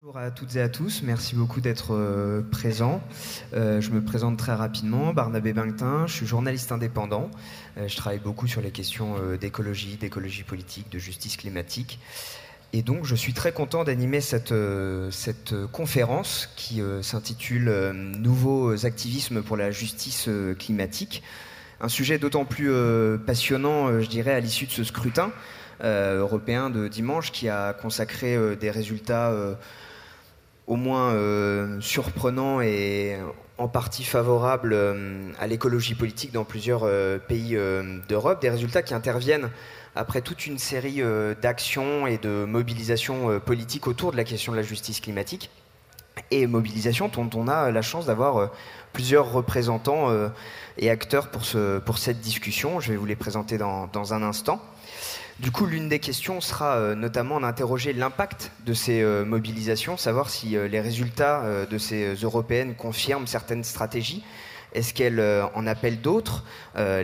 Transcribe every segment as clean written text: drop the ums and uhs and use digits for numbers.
Bonjour à toutes et à tous, merci beaucoup d'être présents. Je me présente très rapidement, Barnabé Binquetin, je suis journaliste indépendant. Je travaille beaucoup sur les questions d'écologie politique, de justice climatique. Et donc je suis très content d'animer cette conférence qui s'intitule Nouveaux activismes pour la justice climatique. Un sujet d'autant plus passionnant, je dirais, à l'issue de ce scrutin européen de dimanche qui a consacré des résultats au moins surprenants et en partie favorables à l'écologie politique dans plusieurs pays d'Europe. Des résultats qui interviennent après toute une série d'actions et de mobilisations politiques autour de la question de la justice climatique. Et mobilisation dont on a la chance d'avoir plusieurs représentants et acteurs pour cette discussion. Je vais vous les présenter dans un instant. Du coup, l'une des questions sera notamment d'interroger l'impact de ces mobilisations, savoir si les résultats de ces européennes confirment certaines stratégies. Est-ce qu'elles en appellent d'autres ? Lesquelles ?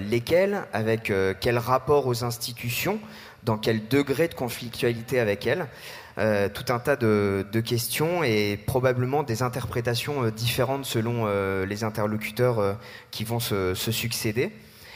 Avec quel rapport aux institutions ? Dans quel degré de conflictualité avec elles ? Tout un tas de questions et probablement des interprétations différentes selon les interlocuteurs qui vont se succéder.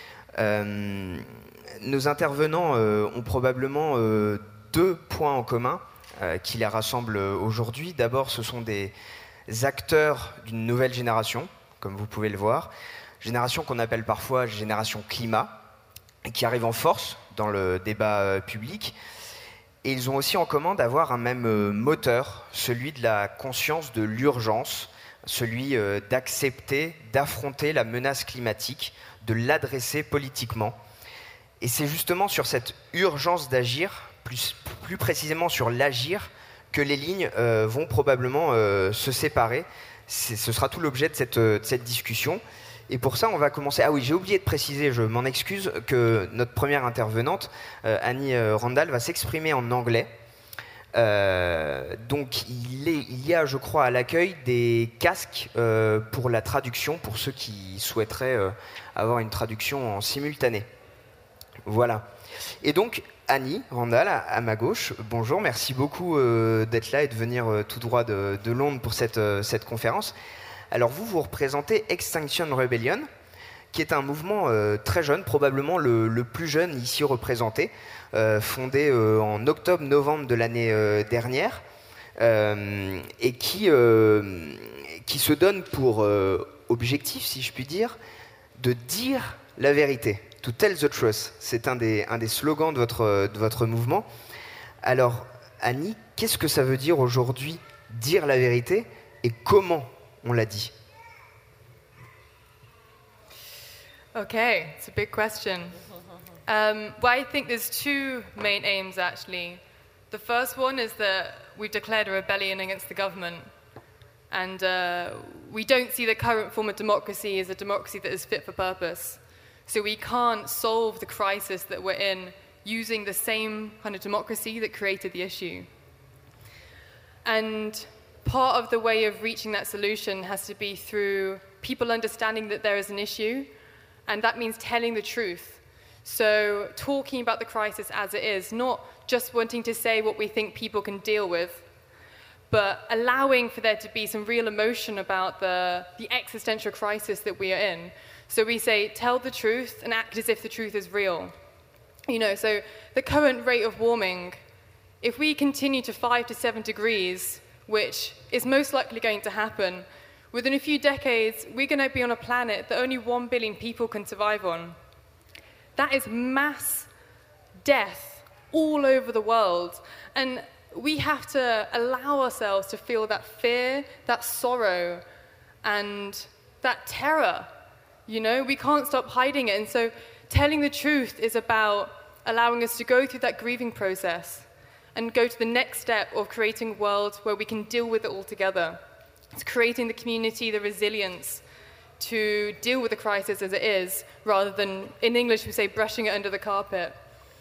Nos intervenants ont probablement deux points en commun qui les rassemblent aujourd'hui. D'abord, ce sont des acteurs d'une nouvelle génération, comme vous pouvez le voir, génération qu'on appelle parfois génération climat, et qui arrive en force dans le débat public. Et ils ont aussi en commun d'avoir un même moteur, celui de la conscience de l'urgence, celui d'accepter, d'affronter la menace climatique, de l'adresser politiquement. Et c'est justement sur cette urgence d'agir, plus précisément sur l'agir, que les lignes vont probablement se séparer. Ce sera tout l'objet de cette discussion. Et pour ça, on va commencer... Ah oui, j'ai oublié de préciser, je m'en excuse, que notre première intervenante, Annie Randall, va s'exprimer en anglais. Donc il y a, je crois, à l'accueil des casques pour la traduction, pour ceux qui souhaiteraient avoir une traduction en simultané. Voilà. Et donc, Annie Randall, à ma gauche, bonjour, merci beaucoup d'être là et de venir tout droit de Londres pour cette conférence. Alors vous représentez Extinction Rebellion, qui est un mouvement très jeune, probablement le plus jeune ici représenté, fondé en octobre-novembre de l'année dernière, et qui se donne pour objectif, si je puis dire, de dire la vérité. To tell the truth, c'est un des slogans de votre mouvement. Alors, Annie, qu'est-ce que ça veut dire aujourd'hui dire la vérité et comment on la dit? Okay, it's a big question. Well, I think there's two main aims, actually. The first one is that we've declared a rebellion against the government. And we don't see the current form of democracy as a democracy that is fit for purpose. So we can't solve the crisis that we're in using the same kind of democracy that created the issue. And part of the way of reaching that solution has to be through people understanding that there is an issue, and that means telling the truth. So talking about the crisis as it is, not just wanting to say what we think people can deal with, but allowing for there to be some real emotion about the existential crisis that we are in. So we say, tell the truth and act as if the truth is real. So the current rate of warming, if we continue to 5 to 7 degrees, which is most likely going to happen, within a few decades, we're going to be on a planet that only 1 billion people can survive on. That is mass death all over the world. And we have to allow ourselves to feel that fear, that sorrow, and that terror. We can't stop hiding it. And so telling the truth is about allowing us to go through that grieving process and go to the next step of creating a world where we can deal with it all together. It's creating the community, the resilience to deal with the crisis as it is, rather than, in English we say, brushing it under the carpet.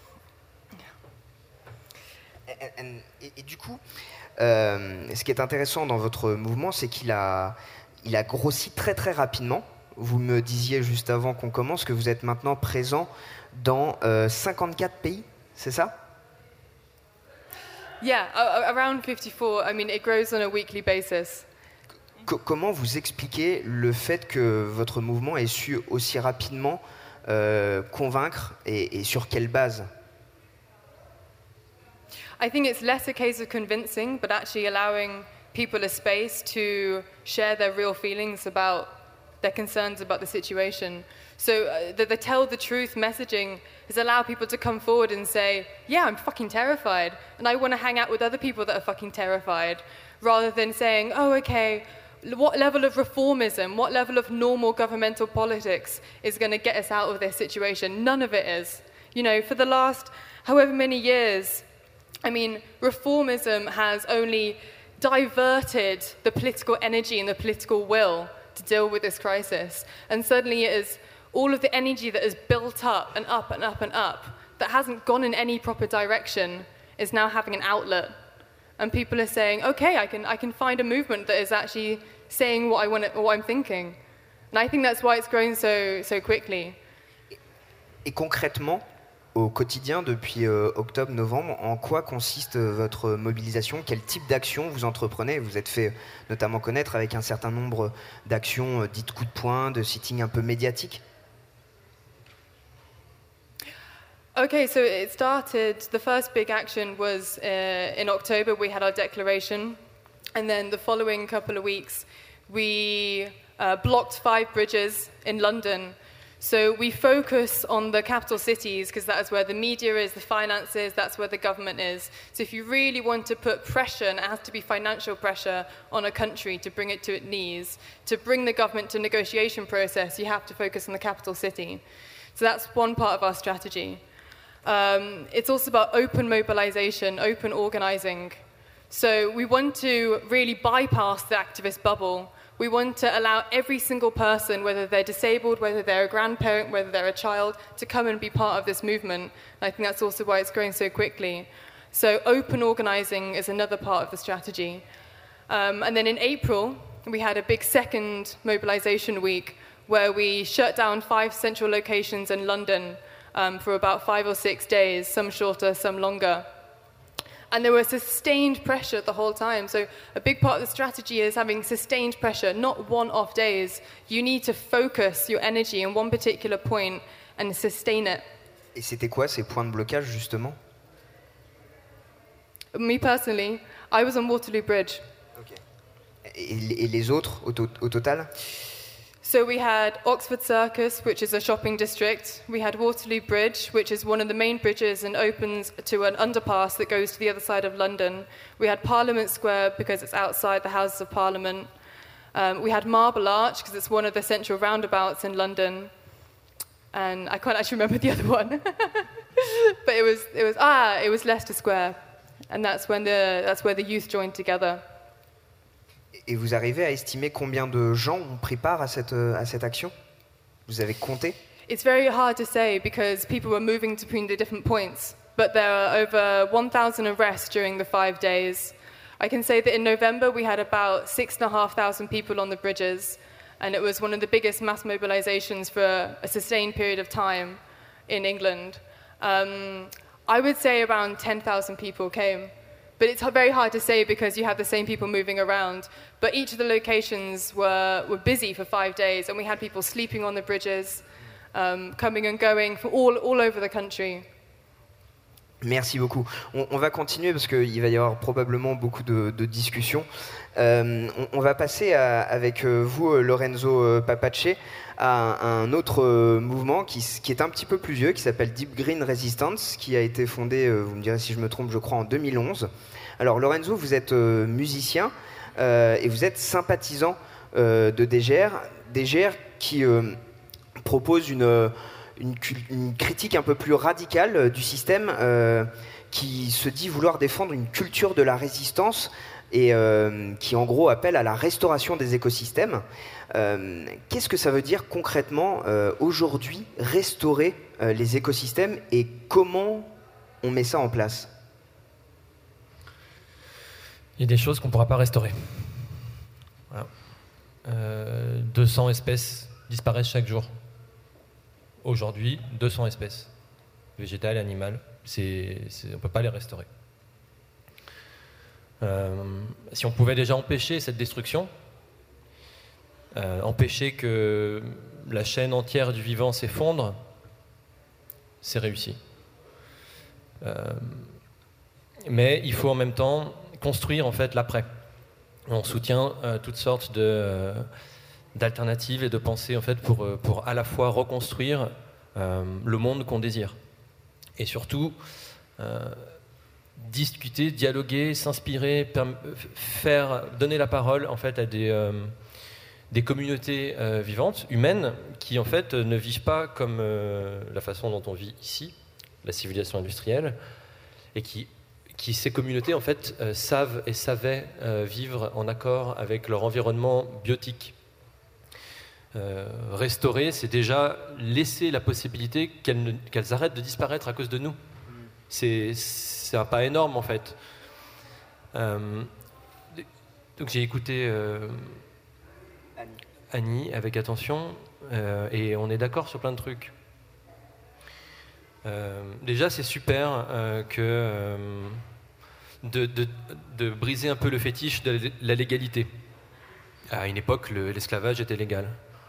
Et du coup, ce qui est intéressant dans votre mouvement, c'est qu'il a grossi très très rapidement. Vous me disiez juste avant qu'on commence que vous êtes maintenant présent dans 54 pays, c'est ça ? Yeah, around 54. I mean, it grows on a weekly basis. Comment vous expliquez le fait que votre mouvement ait su aussi rapidement convaincre et sur quelle base? I think it's less a case of convincing, but actually allowing people a space to share their real feelings about their concerns about the situation. So the tell the truth messaging has allowed people to come forward and say, yeah, I'm fucking terrified, and I want to hang out with other people that are fucking terrified, rather than saying, oh, okay, what level of reformism, what level of normal governmental politics is going to get us out of this situation? None of it is. You know, for the last however many years, I mean, reformism has only diverted the political energy and the political will to deal with this crisis. And suddenly it is all of the energy that is built up and up and up and up that hasn't gone in any proper direction is now having an outlet. And people are saying, okay, I can find a movement that is actually saying what I'm thinking. And I think that's why it's growing so quickly. Et concrètement, au quotidien, depuis octobre-novembre, en quoi consiste votre mobilisation? Quel type d'action vous entreprenez? Vous êtes fait notamment connaître avec un certain nombre d'actions dites coup de poing, de sitting un peu médiatiques. Okay, so it started, the first big action was in October, we had our declaration, and then the following couple of weeks, we blocked 5 bridges in London. So we focus on the capital cities because that is where the media is, the finances, that's where the government is. So if you really want to put pressure, and it has to be financial pressure on a country to bring it to its knees, to bring the government to negotiation process, you have to focus on the capital city. So that's one part of our strategy. It's also about open mobilization, open organizing. So we want to really bypass the activist bubble. We want to allow every single person, whether they're disabled, whether they're a grandparent, whether they're a child, to come and be part of this movement. And I think that's also why it's growing so quickly. So open organizing is another part of the strategy. And then in April, we had a big second mobilization week where we shut down 5 central locations in London for about 5 or 6 days, some shorter, some longer. And there was sustained pressure the whole time. So a big part of the strategy is having sustained pressure, not one-off days. You need to focus your energy in one particular point and sustain it. Et c'était quoi ces points de blocage justement? Me personally, I was on Waterloo Bridge. Okay. Et les autres au total? So we had Oxford Circus, which is a shopping district. We had Waterloo Bridge, which is one of the main bridges and opens to an underpass that goes to the other side of London. We had Parliament Square because it's outside the Houses of Parliament. We had Marble Arch because it's one of the central roundabouts in London. And I can't actually remember the other one. But it was Leicester Square. And that's where the youth joined together. Et vous arrivez à estimer combien de gens ont pris part à cette action? Vous avez compté? It's very hard to say because people were moving between the different points, but there are over 1,000 arrests during the 5 days. I can say that in November we had about 6,500 people on the bridges, and it was one of the biggest mass mobilizations for a sustained period of time in England. I would say around 10,000 people came. But it's very hard to say because you have the same people moving around. But each of the locations were busy for 5 days, and we had people sleeping on the bridges, coming and going from all over the country. Merci beaucoup. On va continuer parce qu'il va y avoir probablement beaucoup de discussions. On va passer avec vous, Lorenzo Papace, à un autre mouvement qui est un petit peu plus vieux, qui s'appelle Deep Green Resistance, qui a été fondé, vous me direz si je me trompe, je crois en 2011. Alors Lorenzo, vous êtes musicien et vous êtes sympathisant de DGR. DGR qui propose une critique un peu plus radicale du système, qui se dit vouloir défendre une culture de la résistance et qui en gros appelle à la restauration des écosystèmes. Qu'est-ce que ça veut dire concrètement aujourd'hui restaurer les écosystèmes et comment on met ça en place? Il y a des choses qu'on ne pourra pas restaurer. Voilà. 200 espèces disparaissent chaque jour. Aujourd'hui, 200 espèces, végétales et animales, on ne peut pas les restaurer. Si on pouvait déjà empêcher cette destruction, empêcher que la chaîne entière du vivant s'effondre, c'est réussi. Mais il faut en même temps construire en fait l'après. On soutient toutes sortes d'alternatives et de pensées en fait pour à la fois reconstruire le monde qu'on désire et surtout discuter, dialoguer, s'inspirer, donner la parole en fait à des communautés vivantes, humaines, qui en fait ne vivent pas comme la façon dont on vit ici, la civilisation industrielle, et qui ces communautés en fait savent et savaient vivre en accord avec leur environnement biotique. Restaurer, c'est déjà laisser la possibilité qu'elles arrêtent de disparaître à cause de nous. C'est un pas énorme en fait. Donc j'ai écouté Annie avec attention et on est d'accord sur plein de trucs. Déjà c'est super de briser un peu le fétiche de la légalité. À une époque, l'esclavage était légal.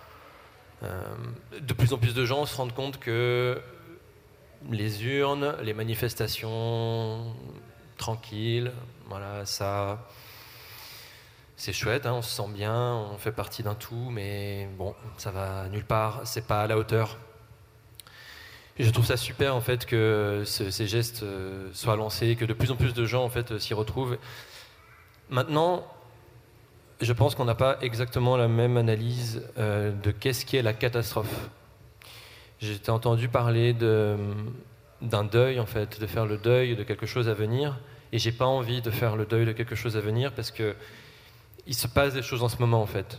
De plus en plus de gens se rendent compte que les urnes, les manifestations tranquilles, voilà, ça, c'est chouette, hein, on se sent bien, on fait partie d'un tout, mais bon, ça va nulle part, c'est pas à la hauteur. Et je trouve ça super en fait que ces gestes soient lancés, que de plus en plus de gens en fait s'y retrouvent. Maintenant, je pense qu'on n'a pas exactement la même analyse de qu'est-ce qui est la catastrophe. J'ai entendu parler d'un deuil en fait, de faire le deuil de quelque chose à venir, et j'ai pas envie de faire le deuil de quelque chose à venir parce que il se passe des choses en ce moment en fait.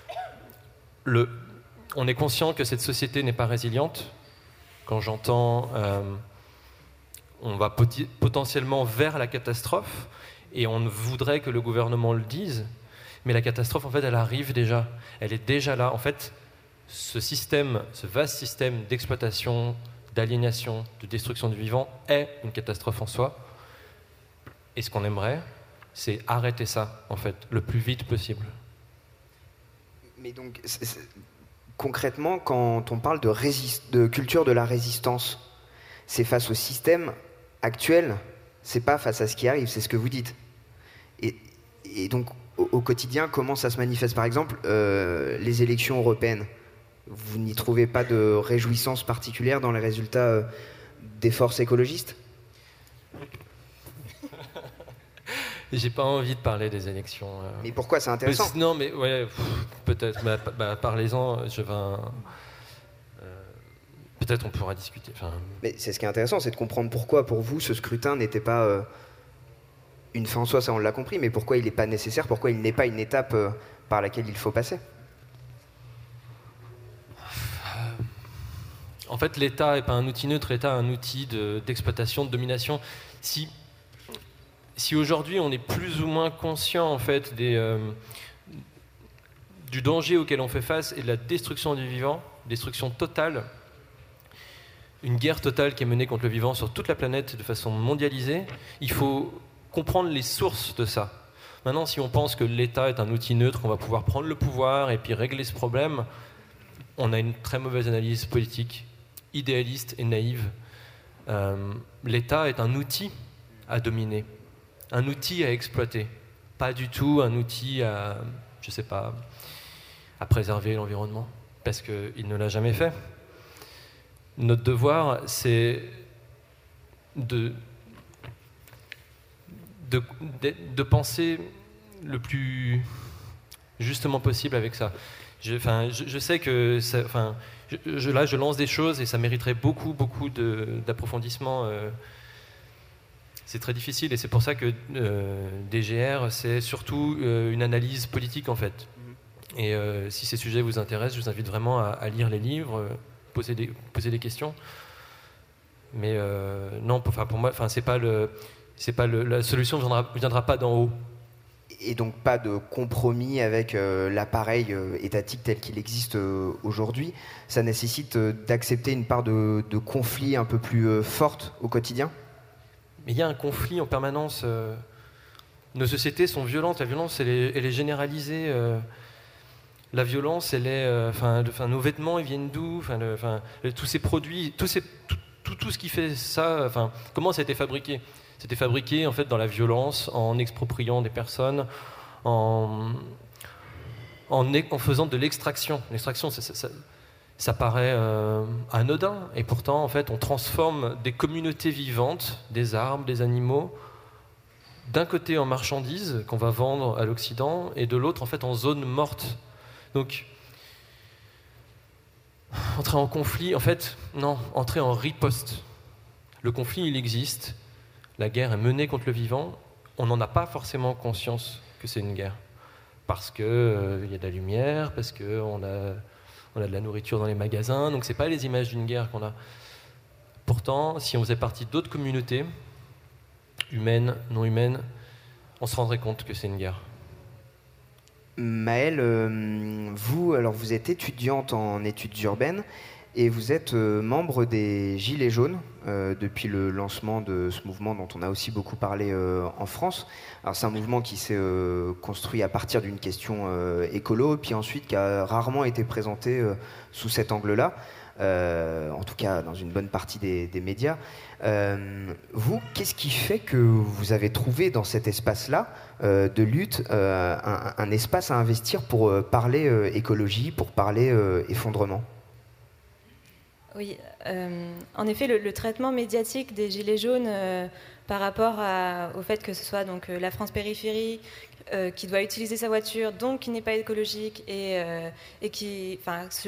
On est conscient que cette société n'est pas résiliente. Quand j'entends on va potentiellement vers la catastrophe et on voudrait que le gouvernement le dise, mais la catastrophe en fait elle arrive déjà, elle est déjà là. En fait, ce vaste système d'exploitation, d'aliénation, de destruction du vivant est une catastrophe en soi. Et ce qu'on aimerait, c'est arrêter ça en fait le plus vite possible. Mais donc concrètement, quand on parle de culture de la résistance, c'est face au système actuel, c'est pas face à ce qui arrive, c'est ce que vous dites. Et donc, au quotidien, comment ça se manifeste? Par exemple, les élections européennes, vous n'y trouvez pas de réjouissance particulière dans les résultats des forces écologistes? J'ai pas envie de parler des élections. Mais pourquoi? C'est intéressant. Non, mais ouais, peut-être. Parlez-en. Peut-être on pourra discuter. Mais c'est ce qui est intéressant, c'est de comprendre pourquoi, pour vous, ce scrutin n'était pas une fin en soi, ça on l'a compris, mais pourquoi il n'est pas nécessaire, pourquoi il n'est pas une étape par laquelle il faut passer. En fait, l'État n'est pas un outil neutre, l'État est un outil d'exploitation, de domination. Si aujourd'hui on est plus ou moins conscient en fait du danger auquel on fait face et de la destruction du vivant, destruction totale, une guerre totale qui est menée contre le vivant sur toute la planète de façon mondialisée, il faut comprendre les sources de ça. Maintenant, si on pense que l'État est un outil neutre, qu'on va pouvoir prendre le pouvoir et puis régler ce problème, on a une très mauvaise analyse politique, idéaliste et naïve. L'État est un outil à dominer, un outil à exploiter, pas du tout un outil à préserver l'environnement, parce qu'il ne l'a jamais fait. Notre devoir, c'est de penser le plus justement possible avec ça. Je sais que là, je lance des choses et ça mériterait beaucoup d'approfondissement. C'est très difficile et c'est pour ça que DGR, c'est surtout une analyse politique en fait. Et si ces sujets vous intéressent, je vous invite vraiment à lire les livres, poser des questions. Mais non, pour moi, la solution ne viendra pas d'en haut. Et donc pas de compromis avec l'appareil étatique tel qu'il existe aujourd'hui. Ça nécessite d'accepter une part de conflit un peu plus forte au quotidien. Mais il y a un conflit en permanence. nos sociétés sont violentes. La violence, elle est généralisée. La violence, elle est... nos vêtements, ils viennent d'où? Tous ces produits, tout ce qui fait ça... comment ça a été fabriqué? C'était fabriqué, en fait, dans la violence, en expropriant des personnes, en faisant de l'extraction. L'extraction, ça paraît anodin. Et pourtant, en fait, on transforme des communautés vivantes, des arbres, des animaux, d'un côté en marchandises qu'on va vendre à l'Occident, et de l'autre, en fait, en zone morte. Donc, entrer en conflit, en fait, non, entrer en riposte. Le conflit, il existe. La guerre est menée contre le vivant. On n'en a pas forcément conscience que c'est une guerre. Parce qu'il y a de la lumière, parce qu'on a de la nourriture dans les magasins. Donc, ce n'est pas les images d'une guerre qu'on a. Pourtant, si on faisait partie d'autres communautés, humaines, non humaines, on se rendrait compte que c'est une guerre. Maëlle, vous êtes étudiante en études urbaines et vous êtes membre des Gilets jaunes depuis le lancement de ce mouvement dont on a aussi beaucoup parlé en France. Alors c'est un mouvement qui s'est construit à partir d'une question écolo, puis ensuite qui a rarement été présenté sous cet angle-là. En tout cas dans une bonne partie des médias. Vous, qu'est-ce qui fait que vous avez trouvé dans cet espace-là de lutte un espace à investir pour parler écologie, pour parler effondrement? Oui, en effet, le traitement médiatique des Gilets jaunes par rapport au fait que ce soit donc, la France périphérie qui doit utiliser sa voiture, donc qui n'est pas écologique et qui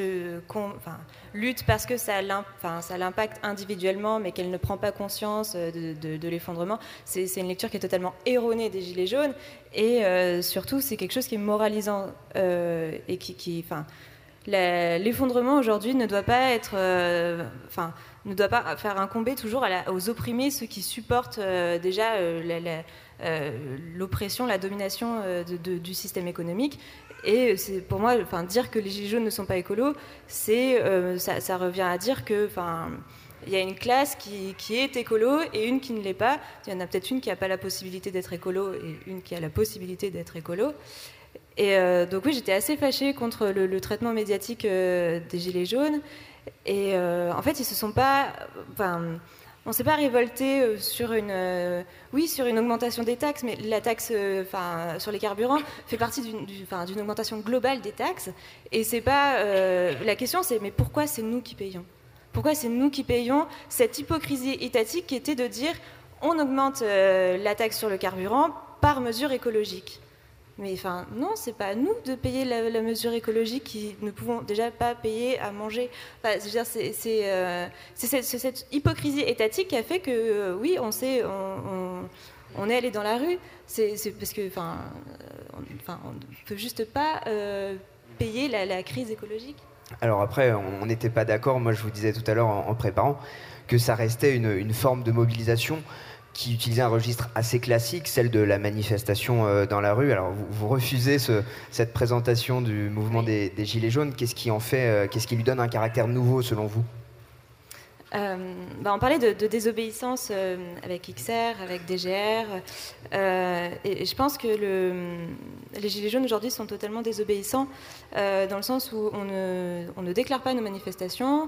lutte parce que ça l'impacte individuellement, mais qu'elle ne prend pas conscience de l'effondrement. C'est une lecture qui est totalement erronée des Gilets jaunes et surtout, c'est quelque chose qui est moralisant et l'effondrement aujourd'hui ne doit pas être, ne doit pas faire incomber toujours aux opprimés, ceux qui supportent déjà l'oppression, la domination du système économique. Et c'est pour moi, dire que les Gilets jaunes ne sont pas écolos, ça revient à dire que, il y a une classe qui est écolo et une qui ne l'est pas. Il y en a peut-être une qui n'a pas la possibilité d'être écolo et une qui a la possibilité d'être écolo. Et donc oui, j'étais assez fâchée contre le traitement médiatique des Gilets jaunes. Et en fait, ils se sont pas... on ne s'est pas révolté sur une augmentation des taxes, mais la taxe sur les carburants fait partie d'une augmentation globale des taxes. Et c'est pas... la question, c'est mais pourquoi c'est nous qui payons? Pourquoi c'est nous qui payons cette hypocrisie étatique qui était de dire on augmente la taxe sur le carburant par mesure écologique? Mais non, c'est pas à nous de payer la mesure écologique qui ne pouvons déjà pas payer à manger. C'est cette hypocrisie étatique qui a fait que oui, on est allé dans la rue. C'est parce que on ne peut juste pas payer la crise écologique. Alors après, on n'était pas d'accord. Moi, je vous disais tout à l'heure en préparant que ça restait une forme de mobilisation qui utilisait un registre assez classique, celle de la manifestation dans la rue. Alors vous refusez cette présentation du mouvement des Gilets jaunes. Qu'est-ce qui lui donne un caractère nouveau selon vous? On parlait de désobéissance avec XR, avec DGR, et je pense que les Gilets jaunes aujourd'hui sont totalement désobéissants dans le sens où on ne déclare pas nos manifestations.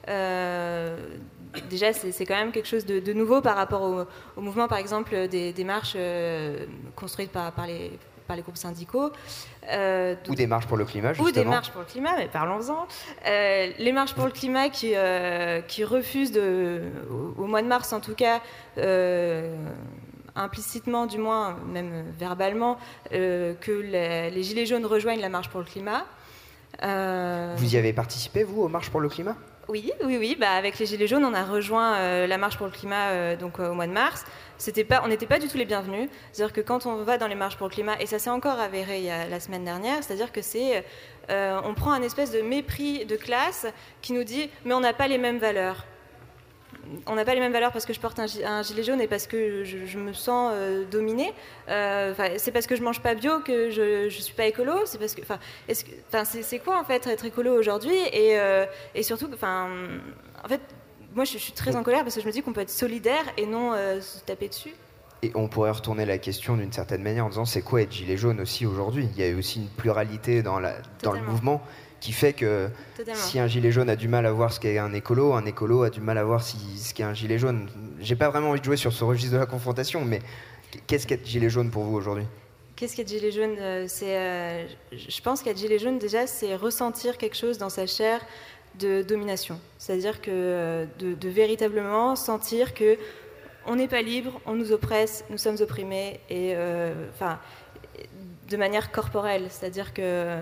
Déjà, c'est quand même quelque chose de nouveau par rapport au mouvement, par exemple, des marches construites par les groupes syndicaux. Ou des marches pour le climat, justement. Ou des marches pour le climat, mais parlons-en. Les marches pour le climat qui refusent, au mois de mars en tout cas, implicitement du moins, même verbalement, que les Gilets jaunes rejoignent la marche pour le climat. Vous y avez participé, vous, aux marches pour le climat ? Oui. Avec les Gilets jaunes, on a rejoint la marche pour le climat au mois de mars. On n'était pas du tout les bienvenus. C'est-à-dire que quand on va dans les marches pour le climat, et ça s'est encore avéré la semaine dernière, c'est-à-dire que on prend un espèce de mépris de classe qui nous dit « mais on n'a pas les mêmes valeurs ». On n'a pas les mêmes valeurs parce que je porte un gilet jaune et parce que je me sens dominée. C'est parce que je mange pas bio que je suis pas écolo. C'est parce que, c'est quoi en fait être écolo aujourd'hui et surtout, en fait, moi je suis très en colère parce que je me dis qu'on peut être solidaire et non se taper dessus. Et on pourrait retourner la question d'une certaine manière en disant c'est quoi être gilet jaune aussi aujourd'hui ? Il y a aussi une pluralité dans le mouvement qui fait que si un gilet jaune a du mal à voir ce qu'est un écolo a du mal à voir ce qu'est un gilet jaune. J'ai pas vraiment envie de jouer sur ce registre de la confrontation, mais qu'est-ce qu'être gilet jaune pour vous aujourd'hui ? Qu'est-ce qu'être gilet jaune ? Je pense qu'être gilet jaune, déjà, c'est ressentir quelque chose dans sa chair de domination. C'est-à-dire que de véritablement sentir que on n'est pas libre, on nous oppresse, nous sommes opprimés, et de manière corporelle. C'est-à-dire que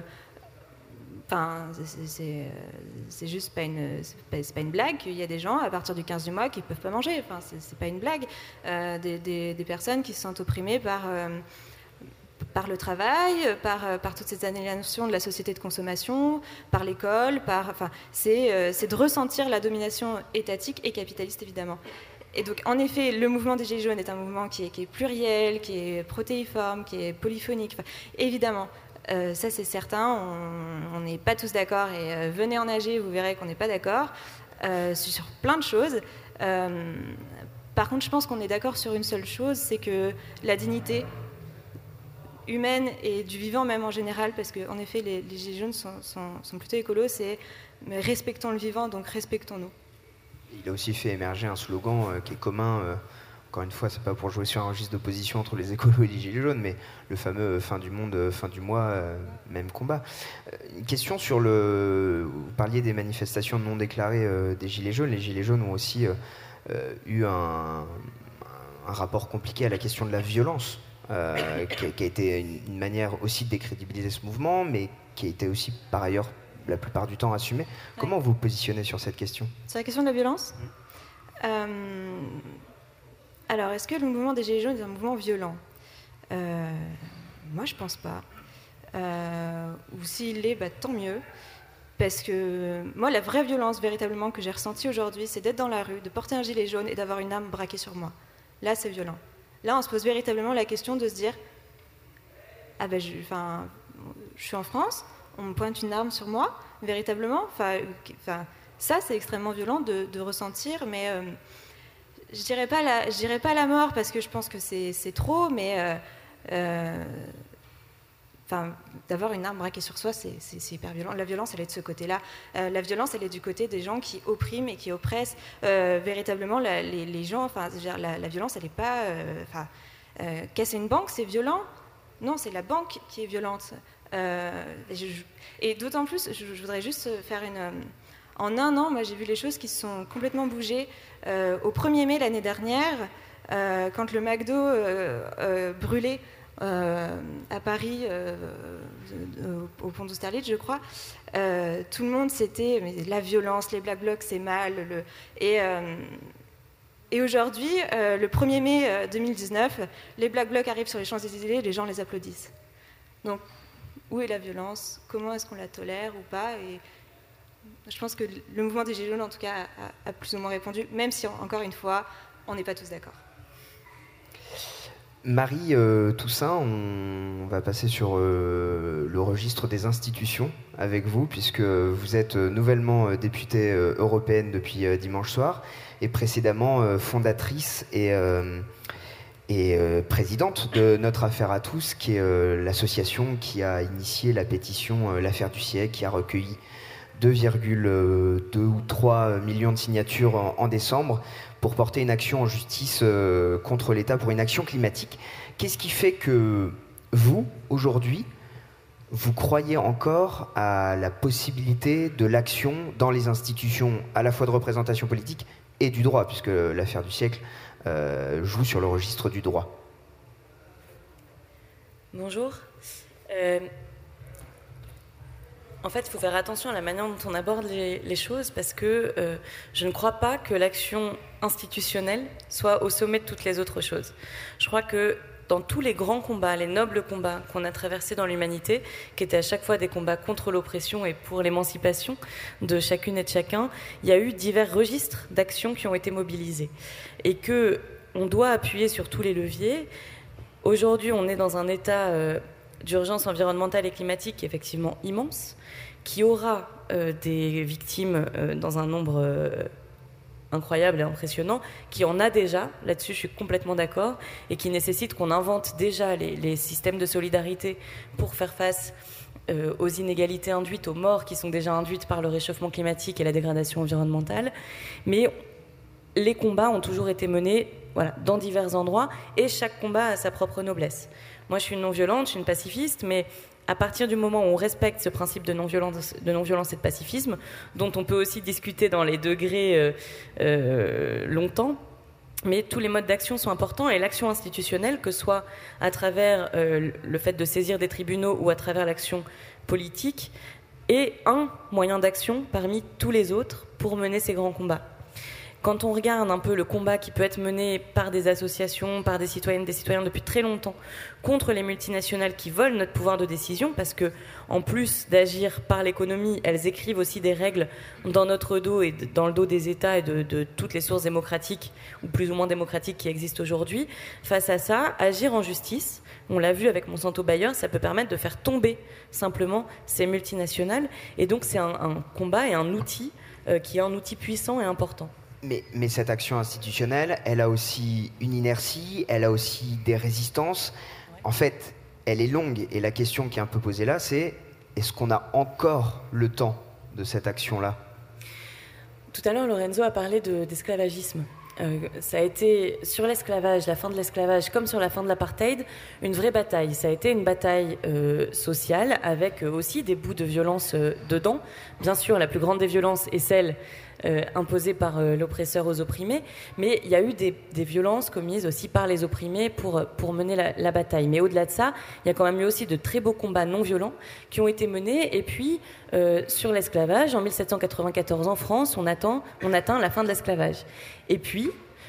c'est juste pas une blague. Il y a des gens à partir du 15 du mois qui ne peuvent pas manger. Enfin, c'est pas une blague. Des personnes qui se sentent opprimées par le travail, par toutes ces aliénations de la société de consommation, par l'école, c'est de ressentir la domination étatique et capitaliste, évidemment. Et donc, en effet, le mouvement des Gilets jaunes est un mouvement qui est pluriel, qui est protéiforme, qui est polyphonique. Évidemment, ça c'est certain, on n'est pas tous d'accord, et venez en AG, vous verrez qu'on n'est pas d'accord sur plein de choses. Par contre, je pense qu'on est d'accord sur une seule chose, c'est que la dignité humaine et du vivant même en général, parce qu'en effet les Gilets jaunes sont plutôt écolos, c'est mais respectons le vivant, donc respectons-nous. Il a aussi fait émerger un slogan qui est commun, encore une fois, c'est pas pour jouer sur un registre d'opposition entre les écolos et les Gilets jaunes, mais le fameux fin du monde, fin du mois, même combat. Une question sur vous parliez des manifestations non déclarées des Gilets jaunes. Les Gilets jaunes ont aussi eu un rapport compliqué à la question de la violence. Qui a été une manière aussi de décrédibiliser ce mouvement, mais qui a été aussi par ailleurs la plupart du temps assumée. Comment vous vous positionnez sur cette question ? Sur la question de la violence ? Alors, est-ce que le mouvement des Gilets jaunes est un mouvement violent ? Moi, je pense pas. Ou s'il l'est, tant mieux. Parce que moi, la vraie violence véritablement que j'ai ressentie aujourd'hui, c'est d'être dans la rue, de porter un gilet jaune et d'avoir une arme braquée sur moi. Là, c'est violent. Là, on se pose véritablement la question de se dire je suis en France, on me pointe une arme sur moi, véritablement. Ça, c'est extrêmement violent de ressentir, mais je dirais pas la mort, parce que je pense que c'est trop, mais d'avoir une arme braquée sur soi, c'est hyper violent. La violence, elle est de ce côté-là. La violence, elle est du côté des gens qui oppriment et qui oppressent véritablement les gens. La violence, elle n'est pas... casser une banque, c'est violent. Non, c'est la banque qui est violente. Et d'autant plus, je voudrais juste faire en un an, moi, j'ai vu les choses qui se sont complètement bougées. Au 1er mai l'année dernière, quand le McDo brûlait à Paris, au pont d'Austerlitz, je crois, tout le monde mais la violence, les Black Blocs, c'est mal. Et aujourd'hui, le 1er mai 2019, les Black Blocs arrivent sur les Champs-Élysées et les gens les applaudissent. Donc, où est la violence ? Comment est-ce qu'on la tolère ou pas ? Et je pense que le mouvement des Gilets jaunes, en tout cas, a plus ou moins répondu, même si, encore une fois, on n'est pas tous d'accord. Marie Toussaint, on va passer sur le registre des institutions avec vous, puisque vous êtes nouvellement députée européenne depuis dimanche soir, et précédemment fondatrice et présidente de Notre Affaire à tous, qui est l'association qui a initié la pétition L'Affaire du siècle, qui a recueilli 2,2 ou 3 millions de signatures en décembre pour porter une action en justice contre l'État pour une action climatique. Qu'est-ce qui fait que vous, aujourd'hui, vous croyez encore à la possibilité de l'action dans les institutions à la fois de représentation politique et du droit, puisque l'Affaire du siècle joue sur le registre du droit ? Bonjour. En fait, il faut faire attention à la manière dont on aborde les choses, parce que je ne crois pas que l'action institutionnelle soit au sommet de toutes les autres choses. Je crois que dans tous les grands combats, les nobles combats qu'on a traversés dans l'humanité, qui étaient à chaque fois des combats contre l'oppression et pour l'émancipation de chacune et de chacun, il y a eu divers registres d'actions qui ont été mobilisés. Et qu'on doit appuyer sur tous les leviers. Aujourd'hui, on est dans un état d'urgence environnementale et climatique qui est effectivement immense, qui aura des victimes dans un nombre incroyable et impressionnant, qui en a déjà, là-dessus je suis complètement d'accord, et qui nécessite qu'on invente déjà les systèmes de solidarité pour faire face aux inégalités induites, aux morts qui sont déjà induites par le réchauffement climatique et la dégradation environnementale. Mais les combats ont toujours été menés dans divers endroits, et chaque combat a sa propre noblesse. Moi je suis une non-violente, je suis une pacifiste, mais à partir du moment où on respecte ce principe de non-violence et de pacifisme, dont on peut aussi discuter dans les degrés longtemps, mais tous les modes d'action sont importants, et l'action institutionnelle, que ce soit à travers le fait de saisir des tribunaux ou à travers l'action politique, est un moyen d'action parmi tous les autres pour mener ces grands combats. Quand on regarde un peu le combat qui peut être mené par des associations, par des citoyennes, des citoyens depuis très longtemps, contre les multinationales qui volent notre pouvoir de décision, parce que, en plus d'agir par l'économie, elles écrivent aussi des règles dans notre dos et dans le dos des États et de toutes les sources démocratiques, ou plus ou moins démocratiques, qui existent aujourd'hui. Face à ça, agir en justice, on l'a vu avec Monsanto Bayer, ça peut permettre de faire tomber simplement ces multinationales. Et donc c'est un combat et un outil qui est un outil puissant et important. Mais cette action institutionnelle, elle a aussi une inertie, elle a aussi des résistances. En fait, elle est longue. Et la question qui est un peu posée là, c'est est-ce qu'on a encore le temps de cette action-là ? Tout à l'heure, Lorenzo a parlé d'esclavagisme. Ça a été, sur l'esclavage, la fin de l'esclavage, comme sur la fin de l'apartheid, une vraie bataille. Ça a été une bataille sociale, avec aussi des bouts de violence dedans. Bien sûr, la plus grande des violences est celle imposée par l'oppresseur aux opprimés, mais il y a eu des violences commises aussi par les opprimés pour mener la bataille. Mais au-delà de ça, il y a quand même eu aussi de très beaux combats non violents qui ont été menés. Et puis, sur l'esclavage, en 1794 en France, on atteint la fin de l'esclavage. Et puis,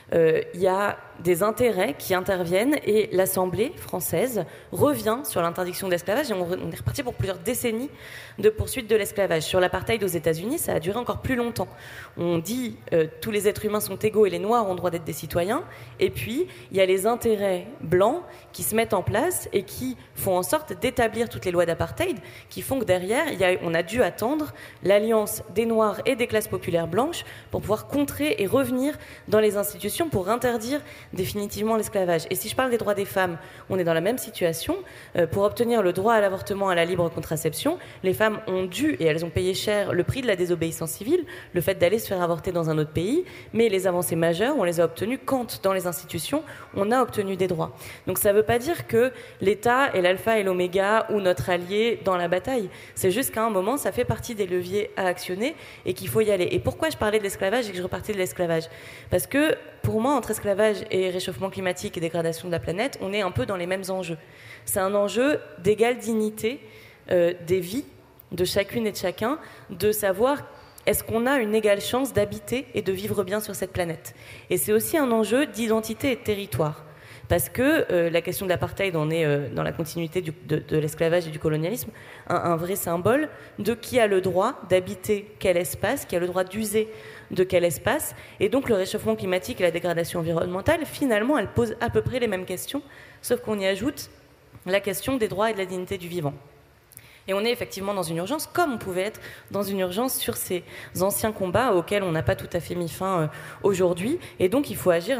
il y a des intérêts qui interviennent, et l'Assemblée française revient sur l'interdiction de l'esclavage, et on est reparti pour plusieurs décennies de poursuite de l'esclavage. Sur l'apartheid aux États-Unis, ça a duré encore plus longtemps. On dit tous les êtres humains sont égaux et les Noirs ont le droit d'être des citoyens, et puis il y a les intérêts blancs qui se mettent en place et qui font en sorte d'établir toutes les lois d'apartheid, qui font que derrière, on a dû attendre l'alliance des Noirs et des classes populaires blanches pour pouvoir contrer et revenir dans les institutions pour interdire définitivement l'esclavage. Et si je parle des droits des femmes, on est dans la même situation. Pour obtenir le droit à l'avortement, à la libre contraception, les femmes ont dû, et elles ont payé cher, le prix de la désobéissance civile, le fait d'aller se faire avorter dans un autre pays, mais les avancées majeures, on les a obtenues quand, dans les institutions, on a obtenu des droits. Donc ça ne veut pas dire que l'État est l'alpha et l'oméga ou notre allié dans la bataille. C'est juste qu'à un moment, ça fait partie des leviers à actionner et qu'il faut y aller. Et pourquoi je parlais de l'esclavage et que je repartais de l'esclavage ? Parce que, pour moi, entre esclavage et réchauffement climatique et dégradation de la planète, on est un peu dans les mêmes enjeux. C'est un enjeu d'égale dignité des vies de chacune et de chacun, de savoir est-ce qu'on a une égale chance d'habiter et de vivre bien sur cette planète. Et c'est aussi un enjeu d'identité et de territoire. Parce que la question de l'apartheid en est, dans la continuité de l'esclavage et du colonialisme, un vrai symbole de qui a le droit d'habiter quel espace, qui a le droit d'user de quel espace. Et donc le réchauffement climatique et la dégradation environnementale, finalement, elles posent à peu près les mêmes questions, sauf qu'on y ajoute la question des droits et de la dignité du vivant. Et on est effectivement dans une urgence, comme on pouvait être dans une urgence sur ces anciens combats auxquels on n'a pas tout à fait mis fin aujourd'hui. Et donc il faut agir,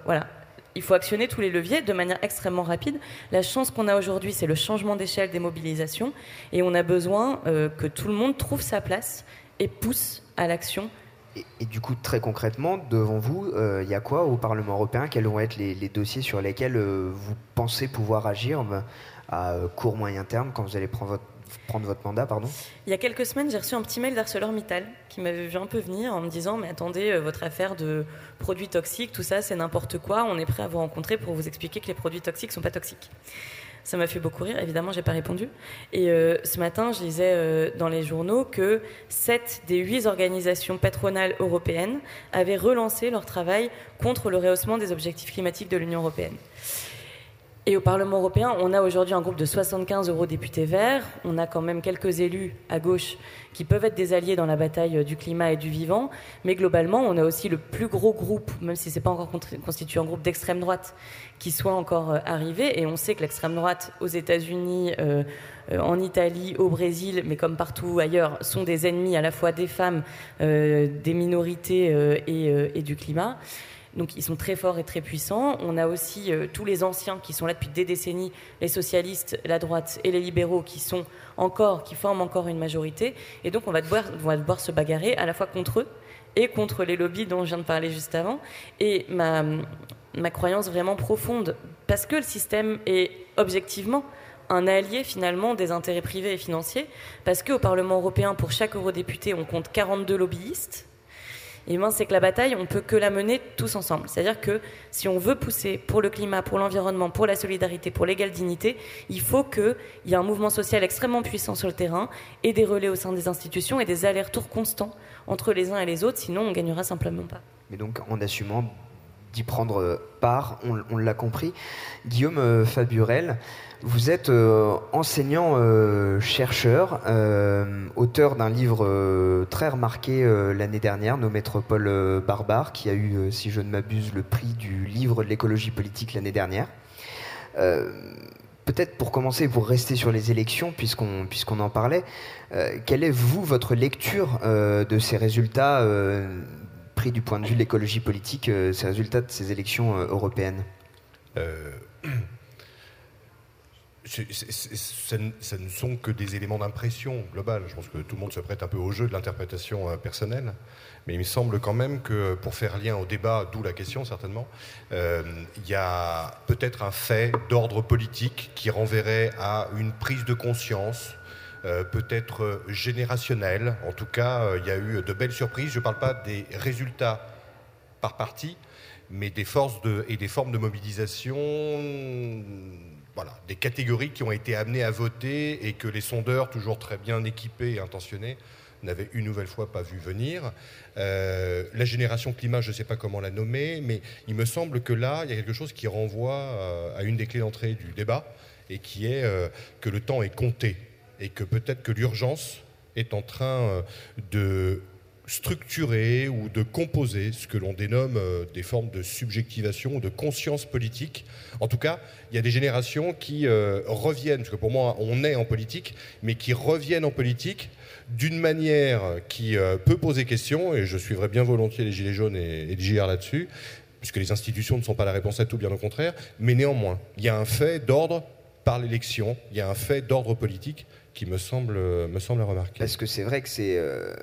il faut actionner tous les leviers de manière extrêmement rapide. La chance qu'on a aujourd'hui, c'est le changement d'échelle des mobilisations. Et on a besoin que tout le monde trouve sa place et pousse à l'action. Et du coup, très concrètement, devant vous, il y a quoi au Parlement européen ? Quels vont être les dossiers sur lesquels vous pensez pouvoir agir à court, moyen terme, quand vous allez prendre votre mandat, pardon ? Il y a quelques semaines, j'ai reçu un petit mail d'ArcelorMittal qui m'avait vu un peu venir en me disant « Mais attendez, votre affaire de produits toxiques, tout ça, c'est n'importe quoi. On est prêt à vous rencontrer pour vous expliquer que les produits toxiques ne sont pas toxiques. » Ça m'a fait beaucoup rire, évidemment, je n'ai pas répondu. Et ce matin, je lisais dans les journaux que 7 des 8 organisations patronales européennes avaient relancé leur travail contre le rehaussement des objectifs climatiques de l'Union européenne. Et au Parlement européen, on a aujourd'hui un groupe de 75 eurodéputés verts. On a quand même quelques élus à gauche qui peuvent être des alliés dans la bataille du climat et du vivant. Mais globalement, on a aussi le plus gros groupe, même si ce n'est pas encore constitué en groupe d'extrême droite, qui soit encore arrivé. Et on sait que l'extrême droite aux États-Unis, en Italie, au Brésil, mais comme partout ailleurs, sont des ennemis à la fois des femmes, des minorités et du climat. Donc ils sont très forts et très puissants. On a aussi tous les anciens qui sont là depuis des décennies, les socialistes, la droite et les libéraux qui forment encore une majorité. Et donc on va devoir se bagarrer à la fois contre eux et contre les lobbies dont je viens de parler juste avant. Et ma croyance vraiment profonde, parce que le système est objectivement un allié finalement des intérêts privés et financiers, parce qu'au Parlement européen, pour chaque eurodéputé, on compte 42 lobbyistes. Et bien, c'est que la bataille, on ne peut que la mener tous ensemble. C'est-à-dire que si on veut pousser pour le climat, pour l'environnement, pour la solidarité, pour l'égale dignité, il faut qu'il y ait un mouvement social extrêmement puissant sur le terrain et des relais au sein des institutions et des allers-retours constants entre les uns et les autres, sinon on ne gagnera simplement pas. Mais donc, en assumant d'y prendre part, on l'a compris. Guillaume Faburel, vous êtes enseignant-chercheur, auteur d'un livre très remarqué l'année dernière, Nos métropoles barbares, qui a eu, si je ne m'abuse, le prix du livre de l'écologie politique l'année dernière. Peut-être pour commencer, pour rester sur les élections, puisqu'on en parlait, quelle est, votre lecture de ces résultats pris du point de vue de l'écologie politique, ces résultats de ces élections européennes? Ça ne sont que des éléments d'impression globale. Je pense que tout le monde se prête un peu au jeu de l'interprétation personnelle. Mais il me semble quand même que, pour faire lien au débat, d'où la question certainement, il y a peut-être un fait d'ordre politique qui renverrait à une prise de conscience, peut-être générationnelle. En tout cas, il y a eu de belles surprises. Je ne parle pas des résultats par parti, mais des forces et des formes de mobilisation... Voilà, des catégories qui ont été amenées à voter et que les sondeurs, toujours très bien équipés et intentionnés, n'avaient une nouvelle fois pas vu venir. La génération climat, je ne sais pas comment la nommer, mais il me semble que là, il y a quelque chose qui renvoie à une des clés d'entrée du débat, et qui est que le temps est compté, et que peut-être que l'urgence est en train de structurer ou de composer ce que l'on dénomme des formes de subjectivation ou de conscience politique. En tout cas, il y a des générations qui reviennent, parce que pour moi, on est en politique, mais qui reviennent en politique d'une manière qui peut poser question, et je suivrai bien volontiers les Gilets jaunes et les JR là-dessus, puisque les institutions ne sont pas la réponse à tout, bien au contraire, mais néanmoins, il y a un fait d'ordre par l'élection, il y a un fait d'ordre politique qui me semble remarqué. Parce que c'est vrai que c'est...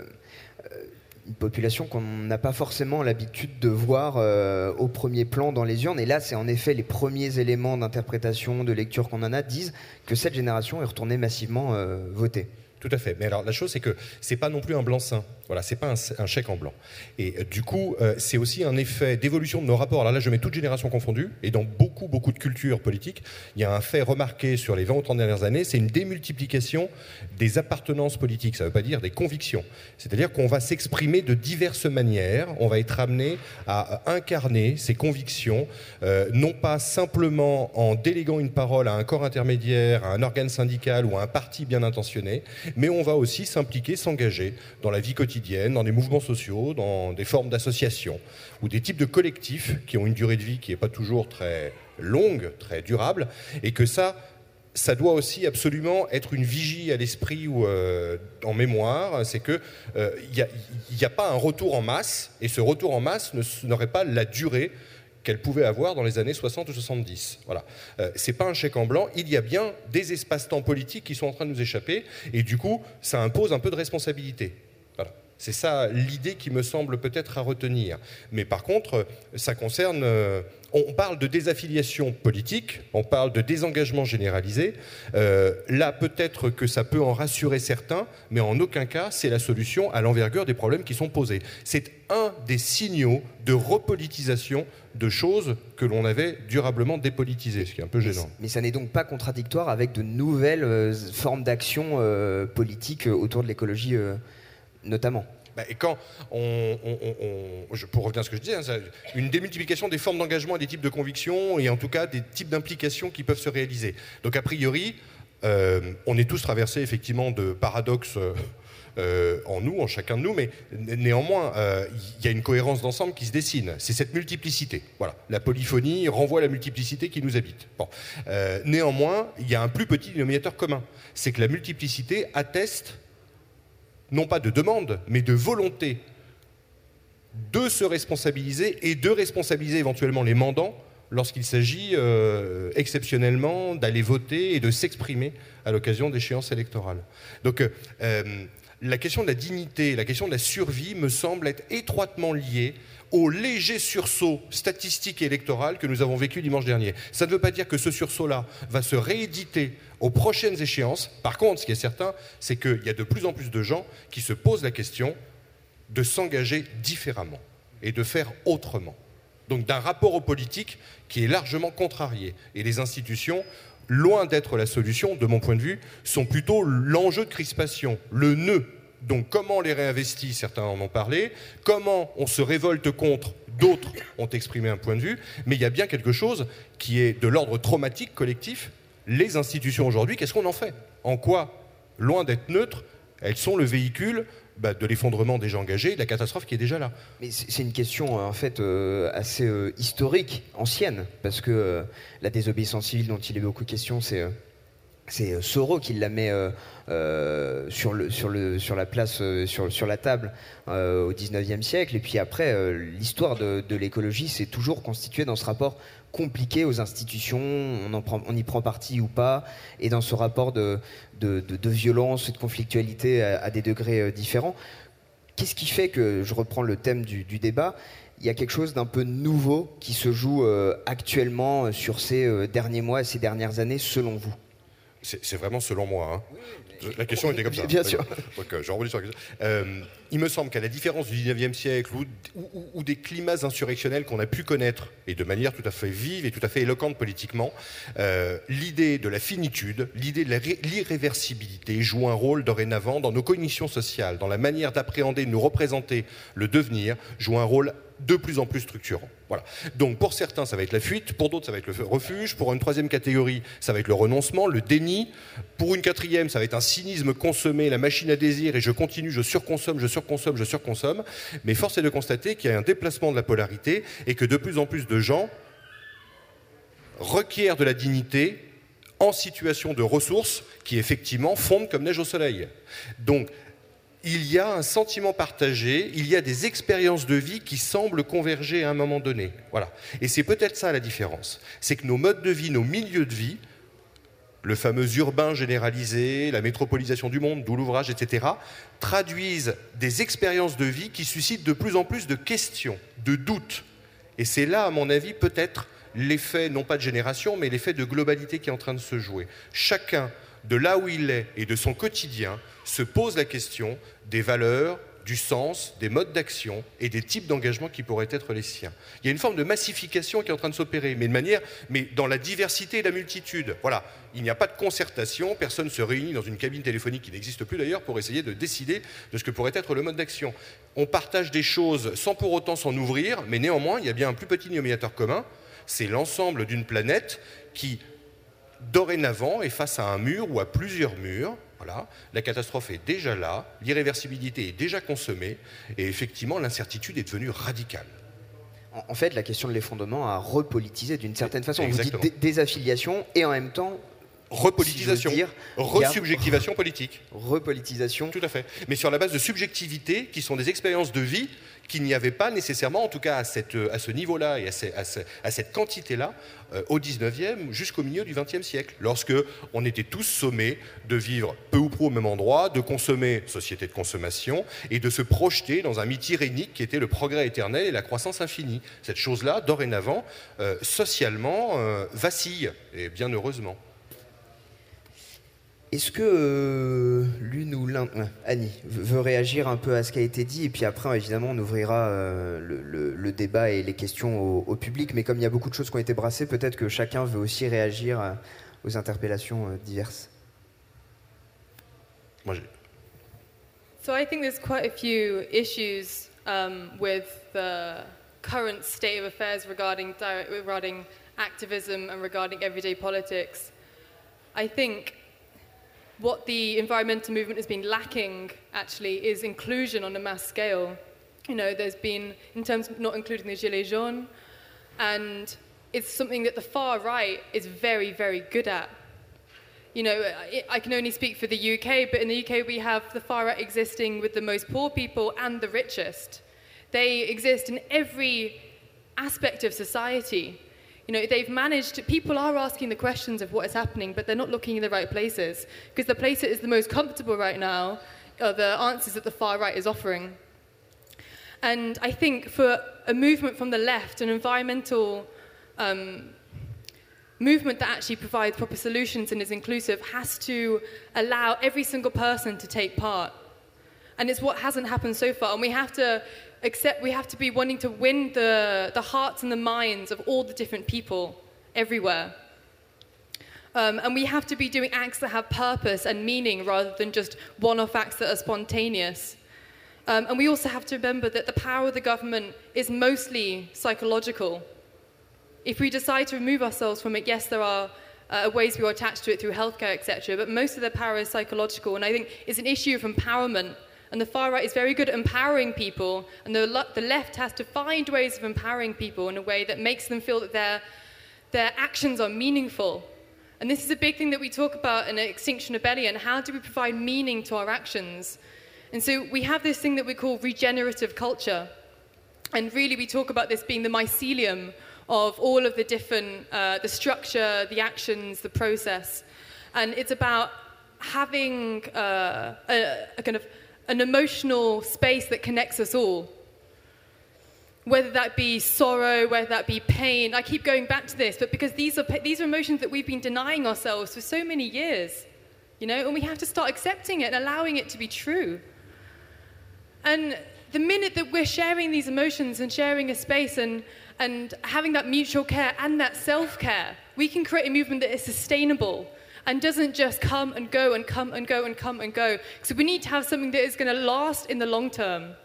une population qu'on n'a pas forcément l'habitude de voir au premier plan dans les urnes. Et là, c'est en effet les premiers éléments d'interprétation, de lecture qu'on en a, disent que cette génération est retournée massivement voter. Tout à fait. Mais alors, la chose, c'est que c'est pas non plus un blanc-seing. Voilà, c'est pas un chèque en blanc. Et du coup, c'est aussi un effet d'évolution de nos rapports. Alors là, je mets toute génération confondue, et dans beaucoup de cultures politiques, il y a un fait remarqué sur les 20 ou 30 dernières années, c'est une démultiplication des appartenances politiques. Ça ne veut pas dire des convictions. C'est-à-dire qu'on va s'exprimer de diverses manières, on va être amené à incarner ces convictions, non pas simplement en déléguant une parole à un corps intermédiaire, à un organe syndical ou à un parti bien intentionné, mais on va aussi s'impliquer, s'engager dans la vie quotidienne, dans des mouvements sociaux, dans des formes d'associations ou des types de collectifs qui ont une durée de vie qui n'est pas toujours très longue, très durable, et que ça doit aussi absolument être une vigie à l'esprit ou en mémoire. C'est qu'il n'y a pas un retour en masse, et ce retour en masse n'aurait pas la durée qu'elle pouvait avoir dans les années 60 ou 70. Voilà. C'est pas un chèque en blanc, il y a bien des espaces-temps politiques qui sont en train de nous échapper, et du coup, ça impose un peu de responsabilité. Voilà. C'est ça l'idée qui me semble peut-être à retenir. Mais par contre, ça concerne... on parle de désaffiliation politique, on parle de désengagement généralisé. Là, peut-être que ça peut en rassurer certains, mais en aucun cas, c'est la solution à l'envergure des problèmes qui sont posés. C'est un des signaux de repolitisation de choses que l'on avait durablement dépolitisées, ce qui est un peu gênant. Mais ça n'est donc pas contradictoire avec de nouvelles formes d'action politique autour de l'écologie notamment. Et quand pour revenir à ce que je disais, une démultiplication des formes d'engagement et des types de convictions, et en tout cas des types d'implications qui peuvent se réaliser. Donc a priori, on est tous traversés effectivement de paradoxes en nous, en chacun de nous, mais néanmoins, il y a une cohérence d'ensemble qui se dessine. C'est cette multiplicité. Voilà. La polyphonie renvoie à la multiplicité qui nous habite. Bon. Néanmoins, il y a un plus petit dénominateur commun. C'est que la multiplicité atteste non pas de demande, mais de volonté de se responsabiliser et de responsabiliser éventuellement les mandants lorsqu'il s'agit exceptionnellement d'aller voter et de s'exprimer à l'occasion d'échéances électorales. Donc la question de la dignité, la question de la survie me semble être étroitement liée au léger sursaut statistique et électoral que nous avons vécu dimanche dernier. Ça ne veut pas dire que ce sursaut-là va se rééditer aux prochaines échéances. Par contre, ce qui est certain, c'est qu'il y a de plus en plus de gens qui se posent la question de s'engager différemment et de faire autrement. Donc d'un rapport aux politiques qui est largement contrarié. Et les institutions, loin d'être la solution, de mon point de vue, sont plutôt l'enjeu de crispation, le nœud. Donc comment on les réinvestit, certains en ont parlé, comment on se révolte contre, d'autres ont exprimé un point de vue, mais il y a bien quelque chose qui est de l'ordre traumatique collectif. Les institutions aujourd'hui, qu'est-ce qu'on en fait? En quoi, loin d'être neutres, elles sont le véhicule de l'effondrement déjà engagé, de la catastrophe qui est déjà là. Mais c'est une question en fait assez historique, ancienne, parce que la désobéissance civile dont il est beaucoup question, c'est Soro qui la met sur la place, sur la table au XIXe siècle. Et puis après, l'histoire de l'écologie s'est toujours constituée dans ce rapport compliqué aux institutions, on y prend parti ou pas, et dans ce rapport de violence et de conflictualité à des degrés différents. Qu'est-ce qui fait que, je reprends le thème du débat, il y a quelque chose d'un peu nouveau qui se joue actuellement sur ces derniers mois et ces dernières années, selon vous? C'est vraiment selon moi. Hein. La question était comme ça. Bien sûr. Donc, je rebondis sur la question. Il me semble qu'à la différence du 19e siècle ou des climats insurrectionnels qu'on a pu connaître, et de manière tout à fait vive et tout à fait éloquente politiquement, l'idée de la finitude, l'idée de l'irréversibilité joue un rôle dorénavant dans nos cognitions sociales, dans la manière d'appréhender, de nous représenter le devenir, joue un rôle de plus en plus structurant. Voilà. Donc pour certains, ça va être la fuite, pour d'autres, ça va être le refuge, pour une troisième catégorie, ça va être le renoncement, le déni, pour une quatrième, ça va être un cynisme consommé, la machine à désir, et je continue, je surconsomme, mais force est de constater qu'il y a un déplacement de la polarité et que de plus en plus de gens requièrent de la dignité en situation de ressources qui effectivement fondent comme neige au soleil. Donc, il y a un sentiment partagé, il y a des expériences de vie qui semblent converger à un moment donné. Voilà. Et c'est peut-être ça la différence. C'est que nos modes de vie, nos milieux de vie, le fameux urbain généralisé, la métropolisation du monde, d'où l'ouvrage, etc., traduisent des expériences de vie qui suscitent de plus en plus de questions, de doutes. Et c'est là, à mon avis, peut-être l'effet, non pas de génération, mais l'effet de globalité qui est en train de se jouer. Chacun, de là où il est et de son quotidien, se pose la question des valeurs, du sens, des modes d'action et des types d'engagement qui pourraient être les siens. Il y a une forme de massification qui est en train de s'opérer, mais dans la diversité et la multitude. Voilà, il n'y a pas de concertation, personne ne se réunit dans une cabine téléphonique qui n'existe plus d'ailleurs pour essayer de décider de ce que pourrait être le mode d'action. On partage des choses sans pour autant s'en ouvrir, mais néanmoins, il y a bien un plus petit dénominateur commun, c'est l'ensemble d'une planète qui, dorénavant, est face à un mur ou à plusieurs murs. Voilà. La catastrophe est déjà là, l'irréversibilité est déjà consommée, et effectivement, l'incertitude est devenue radicale. En fait, la question de l'effondrement a repolitisé d'une certaine façon. Exactement. Vous dites désaffiliation et en même temps... Repolitisation, si resubjectivation politique. Repolitisation. Tout à fait. Mais sur la base de subjectivités qui sont des expériences de vie qu'il n'y avait pas nécessairement, en tout cas à ce niveau-là et à cette quantité-là, au 19e jusqu'au milieu du 20e siècle, lorsque on était tous sommés de vivre peu ou prou au même endroit, de consommer, société de consommation, et de se projeter dans un mythe irénique qui était le progrès éternel et la croissance infinie. Cette chose-là, dorénavant, socialement, vacille, et bien heureusement. Est-ce que l'une ou l'un... Annie veut réagir un peu à ce qui a été dit, et puis après, évidemment, on ouvrira le débat et les questions au public, mais comme il y a beaucoup de choses qui ont été brassées, peut-être que chacun veut aussi réagir aux interpellations diverses. Moi, So I think there's quite a few issues with the current state of affairs regarding activism and regarding everyday politics. I think what the environmental movement has been lacking, actually, is inclusion on a mass scale. You know, there's been, in terms of not including the Gilets jaunes, and it's something that the far right is very, very good at. You know, I can only speak for the UK, but in the UK we have the far right existing with the most poor people and the richest. They exist in every aspect of society. You know, they've managed, people are asking the questions of what is happening, but they're not looking in the right places, because the place that is the most comfortable right now are the answers that the far right is offering. And I think for a movement from the left, an environmental movement that actually provides proper solutions and is inclusive, has to allow every single person to take part. And it's what hasn't happened so far. And we have to be wanting to win the hearts and the minds of all the different people everywhere. And we have to be doing acts that have purpose and meaning rather than just one-off acts that are spontaneous. And we also have to remember that the power of the government is mostly psychological. If we decide to remove ourselves from it, yes, there are ways we are attached to it through healthcare, etc., but most of their power is psychological, and I think it's an issue of empowerment. And the far right is very good at empowering people, and the left has to find ways of empowering people in a way that makes them feel that their actions are meaningful. And this is a big thing that we talk about in Extinction Rebellion. How do we provide meaning to our actions? And so we have this thing that we call regenerative culture. And really we talk about this being the mycelium of all of the different, the structure, the actions, the process. And it's about having a kind of an emotional space that connects us all. Whether that be sorrow, whether that be pain. I keep going back to this, but because these are emotions that we've been denying ourselves for so many years, you know, and we have to start accepting it and allowing it to be true. And the minute that we're sharing these emotions and sharing a space and having that mutual care and that self-care, we can create a movement that is sustainable and doesn't just come and go and come and go and come and go. So we need to have something that is going to last in the long term.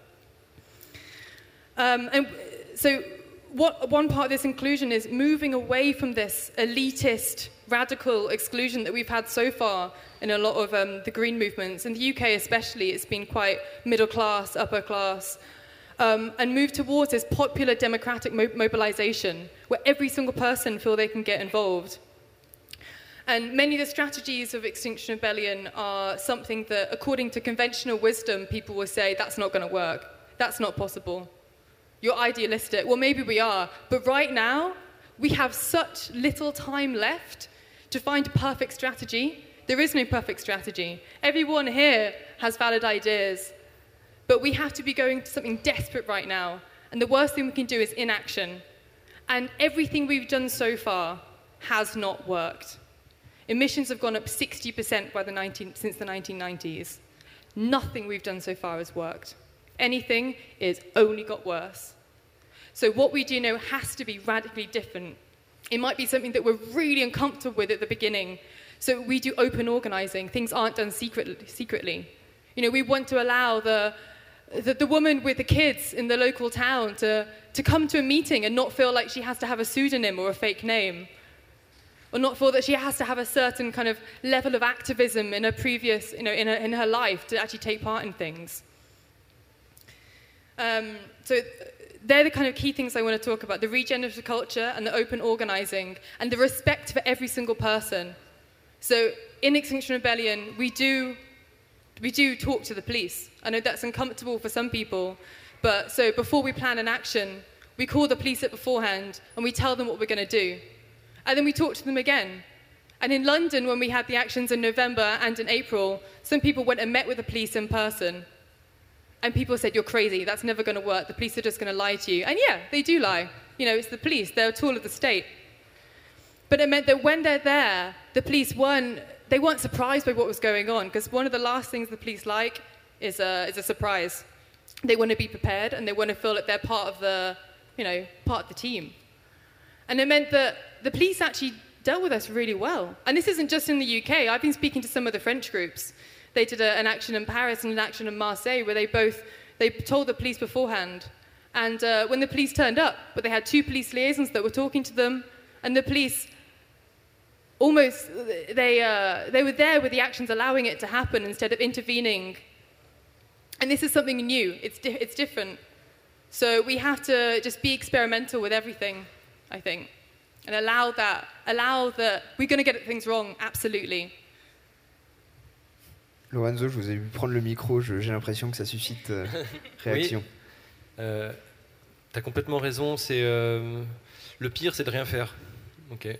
And so one part of this inclusion is moving away from this elitist, radical exclusion that we've had so far in a lot of the green movements. In the UK especially, it's been quite middle class, upper class, and move towards this popular democratic mobilization where every single person feel they can get involved. And many of the strategies of Extinction Rebellion are something that, according to conventional wisdom, people will say, that's not going to work. That's not possible. You're idealistic. Well, maybe we are. But right now, we have such little time left to find a perfect strategy. There is no perfect strategy. Everyone here has valid ideas. But we have to be going to something desperate right now. And the worst thing we can do is inaction. And everything we've done so far has not worked. Emissions have gone up 60% since the 1990s. Nothing we've done so far has worked. Anything is only got worse. So what we do now has to be radically different. It might be something that we're really uncomfortable with at the beginning. So we do open organizing. Things aren't done secretly. You know, we want to allow the woman with the kids in the local town to come to a meeting and not feel like she has to have a pseudonym or a fake name. Or not feel that she has to have a certain kind of level of activism in her previous, you know, in her life to actually take part in things. So they're the kind of key things I want to talk about: the regenerative culture and the open organizing and the respect for every single person. So in Extinction Rebellion, we do talk to the police. I know that's uncomfortable for some people, but so before we plan an action, we call the police up beforehand and we tell them what we're going to do. And then we talk to them again. And in London, when we had the actions in November and in April, some people went and met with the police in person. And people said, you're crazy, that's never going to work, the police are just going to lie to you. And yeah, they do lie. You know, it's the police, they're a tool of the state. But it meant that when they're there, the police weren't surprised by what was going on, because one of the last things the police like is a surprise. They want to be prepared, and they want to feel that they're part of the team. And it meant that the police actually dealt with us really well. And this isn't just in the UK. I've been speaking to some of the French groups. they did an action in Paris and an action in Marseille where they told the police beforehand. And when the police turned up, but they had 2 police liaisons that were talking to them, and the police almost, they were there with the actions allowing it to happen instead of intervening. And this is something new, it's different. So we have to just be experimental with everything, I think, and allow that we're going to get things wrong, absolutely. Lorenzo, je vous ai vu prendre le micro, j'ai l'impression que ça suscite réaction. Oui, t'as complètement raison, le pire, c'est de rien faire. Ok.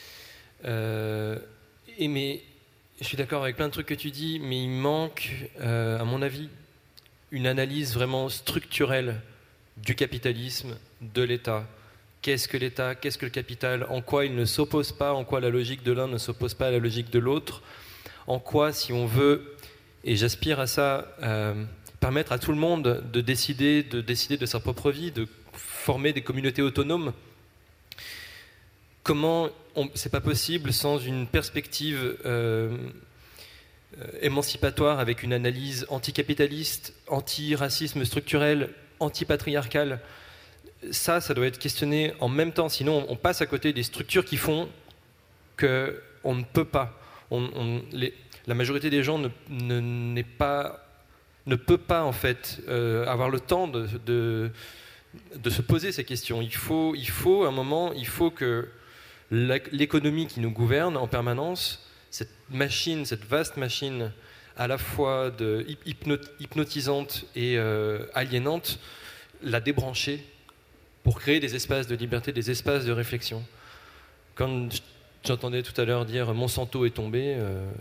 Mais je suis d'accord avec plein de trucs que tu dis, mais il manque, à mon avis, une analyse vraiment structurelle du capitalisme, de l'État. Qu'est-ce que l'État, qu'est-ce que le capital, en quoi il ne s'oppose pas, en quoi la logique de l'un ne s'oppose pas à la logique de l'autre, en quoi, si on veut, et j'aspire à ça, permettre à tout le monde de décider de sa propre vie, de former des communautés autonomes. Comment c'est pas possible sans une perspective émancipatoire avec une analyse anticapitaliste, anti-racisme structurel, anti-patriarcal. Ça doit être questionné en même temps, sinon on passe à côté des structures qui font qu'on ne peut pas. La majorité des gens ne peut pas en fait avoir le temps de se poser ces questions. Il faut un moment, il faut que l'économie qui nous gouverne en permanence, cette vaste machine à la fois hypnotisante et aliénante, la débrancher pour créer des espaces de liberté, des espaces de réflexion. Quand j'entendais tout à l'heure dire Monsanto est tombé...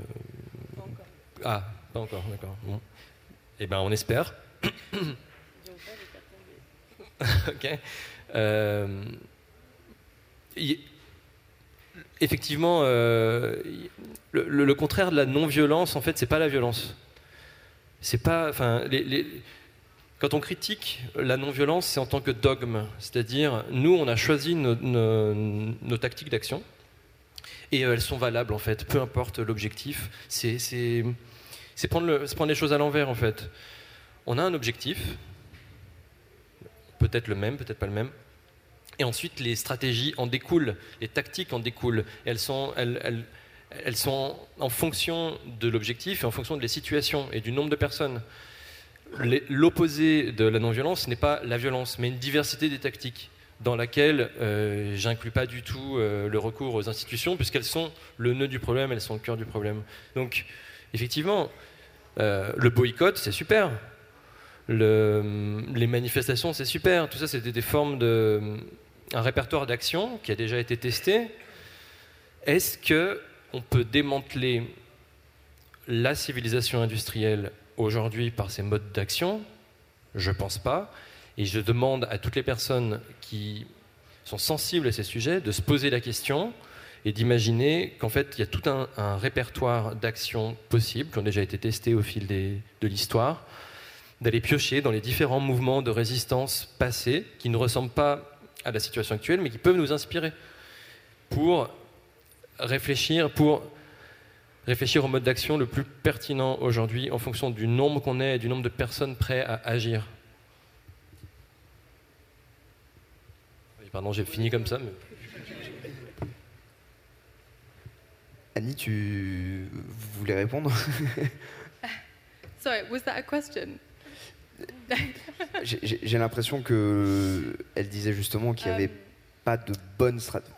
pas encore, d'accord. Bon. Eh bien, on espère. Ok. Effectivement, le contraire de la non-violence, en fait, c'est pas la violence. C'est pas, enfin, quand on critique la non-violence, c'est en tant que dogme, c'est-à-dire nous, on a choisi nos tactiques d'action et elles sont valables en fait, peu importe l'objectif. C'est prendre les choses à l'envers en fait. On a un objectif, peut-être le même, peut-être pas le même. Et ensuite, les stratégies en découlent, les tactiques en découlent. Elles sont en fonction de l'objectif et en fonction des situations et du nombre de personnes. L'opposé de la non-violence n'est pas la violence, mais une diversité des tactiques dans laquelle j'inclus pas du tout le recours aux institutions, puisqu'elles sont le nœud du problème, elles sont le cœur du problème. Donc, effectivement, le boycott, c'est super. Les manifestations, c'est super. Tout ça, c'était des formes un répertoire d'action qui a déjà été testé. Est-ce qu'on peut démanteler la civilisation industrielle aujourd'hui par ces modes d'action? Je ne pense pas. Et je demande à toutes les personnes qui sont sensibles à ces sujets de se poser la question et d'imaginer qu'en fait, il y a tout un répertoire d'actions possibles qui ont déjà été testés au fil de l'histoire, d'aller piocher dans les différents mouvements de résistance passés qui ne ressemblent pas à la situation actuelle, mais qui peuvent nous inspirer pour réfléchir au mode d'action le plus pertinent aujourd'hui en fonction du nombre qu'on est et du nombre de personnes prêtes à agir. Oui, pardon, j'ai fini comme ça. Mais... Annie, tu voulais répondre? Sorry, was that a question? J'ai l'impression qu'elle disait justement qu'il n'y avait pas de bonne stratégie.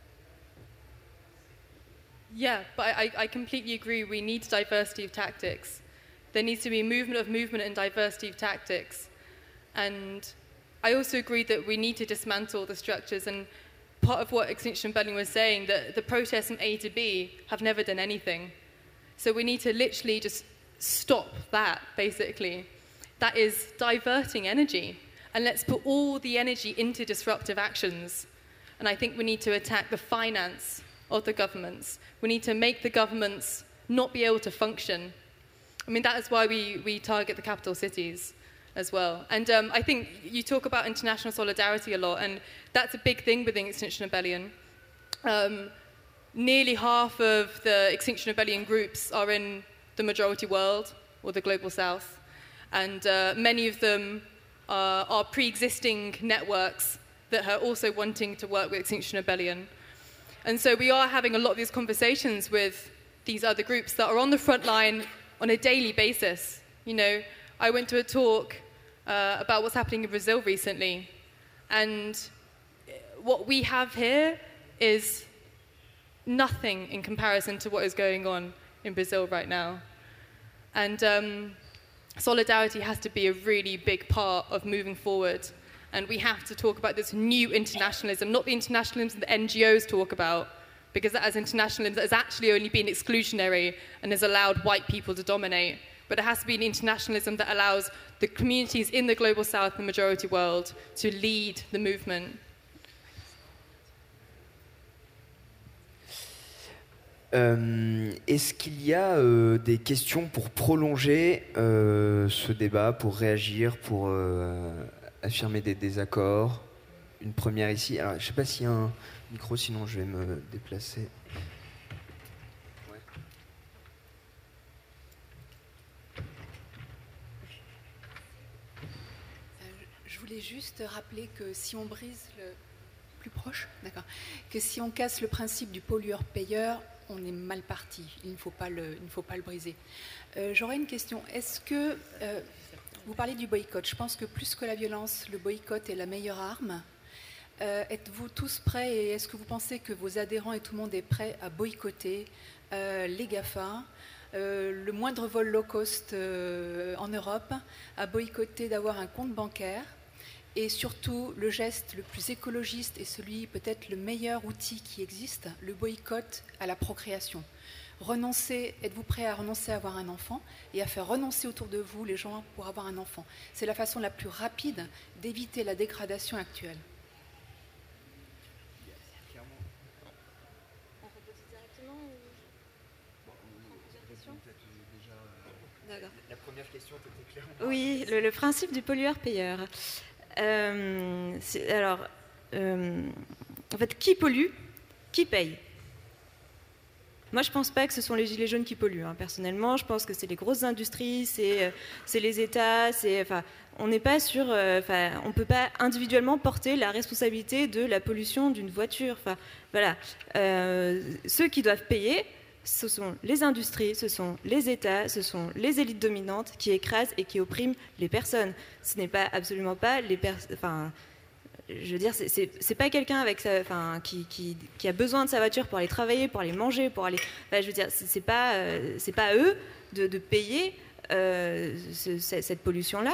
Yeah, but I completely agree. We need diversity of tactics. There needs to be movement and diversity of tactics. And I also agree that we need to dismantle the structures. And part of what Extinction Rebellion was saying, that the protests from A to B have never done anything. So we need to literally just stop that, basically. That is diverting energy. And let's put all the energy into disruptive actions. And I think we need to attack the finance of the governments. We need to make the governments not be able to function. I mean, that is why we target the capital cities as well. And I think you talk about international solidarity a lot, and that's a big thing within Extinction Rebellion. Nearly half of the Extinction Rebellion groups are in the majority world or the global south. And many of them are pre-existing networks that are also wanting to work with Extinction Rebellion. And so we are having a lot of these conversations with these other groups that are on the front line on a daily basis. You know, I went to a talk about what's happening in Brazil recently, and what we have here is nothing in comparison to what is going on in Brazil right now. And solidarity has to be a really big part of moving forward. And we have to talk about this new internationalism, not the internationalism that NGOs talk about, because that is internationalism that has actually only been exclusionary and has allowed white people to dominate. But it has to be an internationalism that allows the communities in the global south, the majority world, to lead the movement. Est-ce qu'il y a des questions pour prolonger ce débat, pour réagir, pour affirmer des désaccords? Une première ici. Alors, je ne sais pas s'il y a un micro, sinon je vais me déplacer. Ouais. Je voulais juste rappeler que si on brise le... Plus proche, d'accord. Que si on casse le principe du pollueur-payeur, on est mal parti. Il ne faut pas le briser. J'aurais une question. Est-ce que vous parlez du boycott? Je pense que plus que la violence, le boycott est la meilleure arme. Êtes-vous tous prêts et est-ce que vous pensez que vos adhérents et tout le monde est prêt à boycotter les GAFA, le moindre vol low cost en Europe, à boycotter d'avoir un compte bancaire? Et surtout, le geste le plus écologiste et celui peut-être le meilleur outil qui existe, le boycott à la procréation. Êtes-vous prêt à renoncer à avoir un enfant et à faire renoncer autour de vous les gens pour avoir un enfant? C'est la façon la plus rapide d'éviter la dégradation actuelle. La première question était clairement... Oui, le principe du pollueur-payeur. En fait, qui pollue, qui paye? Moi, je ne pense pas que ce sont les gilets jaunes qui polluent. Hein. Personnellement, je pense que c'est les grosses industries, c'est les États. On n'est pas sur. On ne peut pas individuellement porter la responsabilité de la pollution d'une voiture. Voilà. Ceux qui doivent payer, ce sont les industries, ce sont les États, ce sont les élites dominantes qui écrasent et qui oppriment les personnes. Ce n'est pas absolument pas les personnes. Je veux dire, c'est pas quelqu'un avec qui a besoin de sa voiture pour aller travailler, pour aller manger, pour aller. Je veux dire, c'est pas à eux de payer cette pollution-là.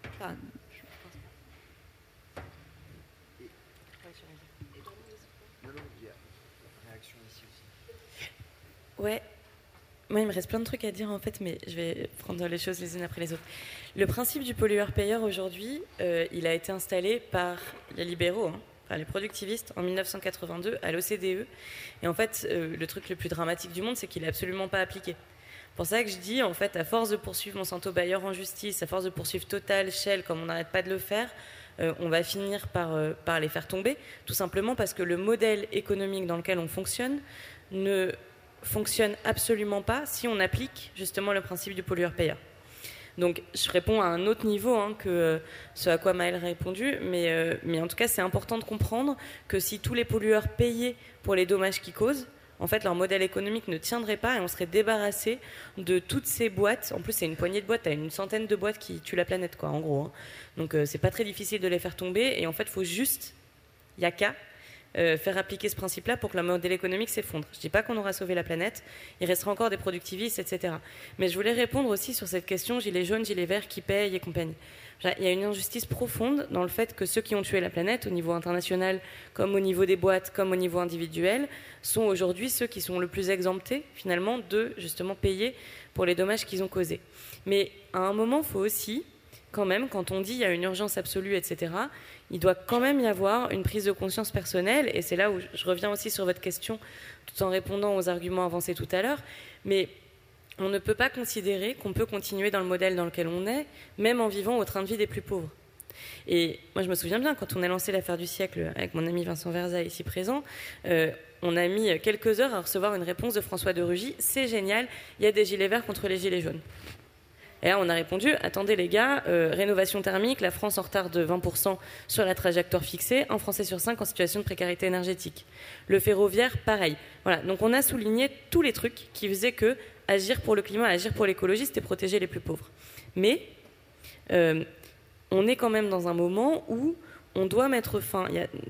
Ouais, moi il me reste plein de trucs à dire en fait, mais je vais prendre les choses les unes après les autres. Le principe du pollueur-payeur aujourd'hui, il a été installé par les libéraux, par les productivistes en 1982 à l'OCDE. Et en fait, le truc le plus dramatique du monde, c'est qu'il n'est absolument pas appliqué. C'est pour ça que je dis, en fait, à force de poursuivre Monsanto Bayer en justice, à force de poursuivre Total, Shell, comme on n'arrête pas de le faire, on va finir par les faire tomber, tout simplement parce que le modèle économique dans lequel on fonctionne ne fonctionne absolument pas si on applique justement le principe du pollueur-payeur. Donc je réponds à un autre niveau que ce à quoi Maëlle a répondu, mais en tout cas c'est important de comprendre que si tous les pollueurs payaient pour les dommages qu'ils causent, en fait leur modèle économique ne tiendrait pas et on serait débarrassé de toutes ces boîtes. En plus c'est une poignée de boîtes, t'as une centaine de boîtes qui tuent la planète quoi, en gros. Donc c'est pas très difficile de les faire tomber et en fait il n'y a qu'à faire appliquer ce principe-là pour que le modèle économique s'effondre. Je ne dis pas qu'on aura sauvé la planète, il restera encore des productivistes, etc. Mais je voulais répondre aussi sur cette question gilets jaunes, gilets verts, qui payent et compagnie. Il y a une injustice profonde dans le fait que ceux qui ont tué la planète, au niveau international, comme au niveau des boîtes, comme au niveau individuel, sont aujourd'hui ceux qui sont le plus exemptés, finalement, de justement payer pour les dommages qu'ils ont causés. Mais à un moment, il faut aussi, quand même, quand on dit qu'il y a une urgence absolue, etc., il doit quand même y avoir une prise de conscience personnelle, et c'est là où je reviens aussi sur votre question, tout en répondant aux arguments avancés tout à l'heure, mais on ne peut pas considérer qu'on peut continuer dans le modèle dans lequel on est, même en vivant au train de vie des plus pauvres. Et moi, je me souviens bien, quand on a lancé l'affaire du siècle avec mon ami Vincent Verza, ici présent, on a mis quelques heures à recevoir une réponse de François de Rugy. C'est génial, il y a des gilets verts contre les gilets jaunes. Et là, on a répondu, attendez les gars, rénovation thermique, la France en retard de 20% sur la trajectoire fixée, un Français sur 5 en situation de précarité énergétique. Le ferroviaire, pareil. Voilà, donc on a souligné tous les trucs qui faisaient que agir pour le climat, agir pour l'écologie, c'était protéger les plus pauvres. Mais on est quand même dans un moment où on doit mettre fin.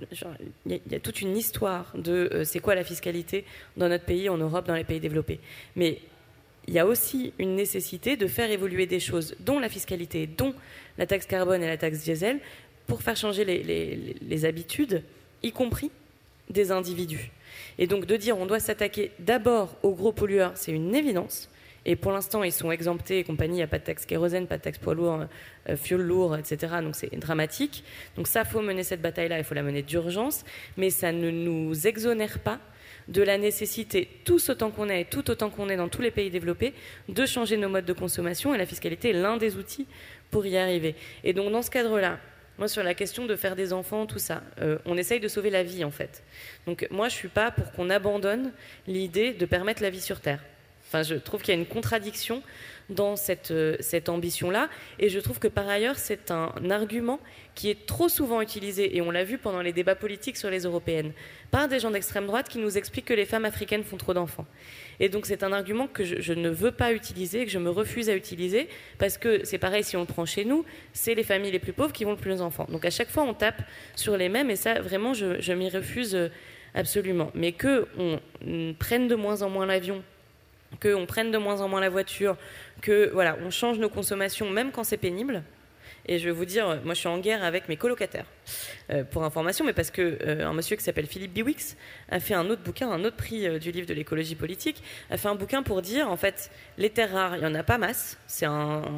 Il y a toute une histoire de c'est quoi la fiscalité dans notre pays, en Europe, dans les pays développés. Mais il y a aussi une nécessité de faire évoluer des choses, dont la fiscalité, dont la taxe carbone et la taxe diesel, pour faire changer les habitudes, y compris des individus. Et donc de dire on doit s'attaquer d'abord aux gros pollueurs, c'est une évidence. Et pour l'instant, ils sont exemptés et compagnie, il n'y a pas de taxe kérosène, pas de taxe poids lourd, fuel lourd, etc. Donc c'est dramatique. Donc ça, il faut mener cette bataille-là, il faut la mener d'urgence, mais ça ne nous exonère pas de la nécessité, tous autant qu'on est, et tout autant qu'on est dans tous les pays développés, de changer nos modes de consommation, et la fiscalité est l'un des outils pour y arriver. Et donc dans ce cadre-là, moi sur la question de faire des enfants, tout ça, on essaye de sauver la vie en fait. Donc moi je ne suis pas pour qu'on abandonne l'idée de permettre la vie sur Terre. Enfin, je trouve qu'il y a une contradiction dans cette ambition-là, et je trouve que par ailleurs c'est un argument qui est trop souvent utilisé, et on l'a vu pendant les débats politiques sur les européennes, par des gens d'extrême droite qui nous expliquent que les femmes africaines font trop d'enfants. Et donc c'est un argument que je ne veux pas utiliser, que je me refuse à utiliser, parce que c'est pareil, si on le prend chez nous, c'est les familles les plus pauvres qui vont le plus d'enfants. Donc à chaque fois on tape sur les mêmes, et ça vraiment je m'y refuse absolument. Mais qu'on prenne de moins en moins l'avion, qu'on prenne de moins en moins la voiture, que voilà, on change nos consommations même quand c'est pénible. Et je vais vous dire, moi je suis en guerre avec mes colocataires, pour information, mais parce qu'un monsieur qui s'appelle Philippe Biwix a fait un autre bouquin, un autre prix du livre de l'écologie politique, a fait un bouquin pour dire, en fait, les terres rares, il n'y en a pas masse, c'est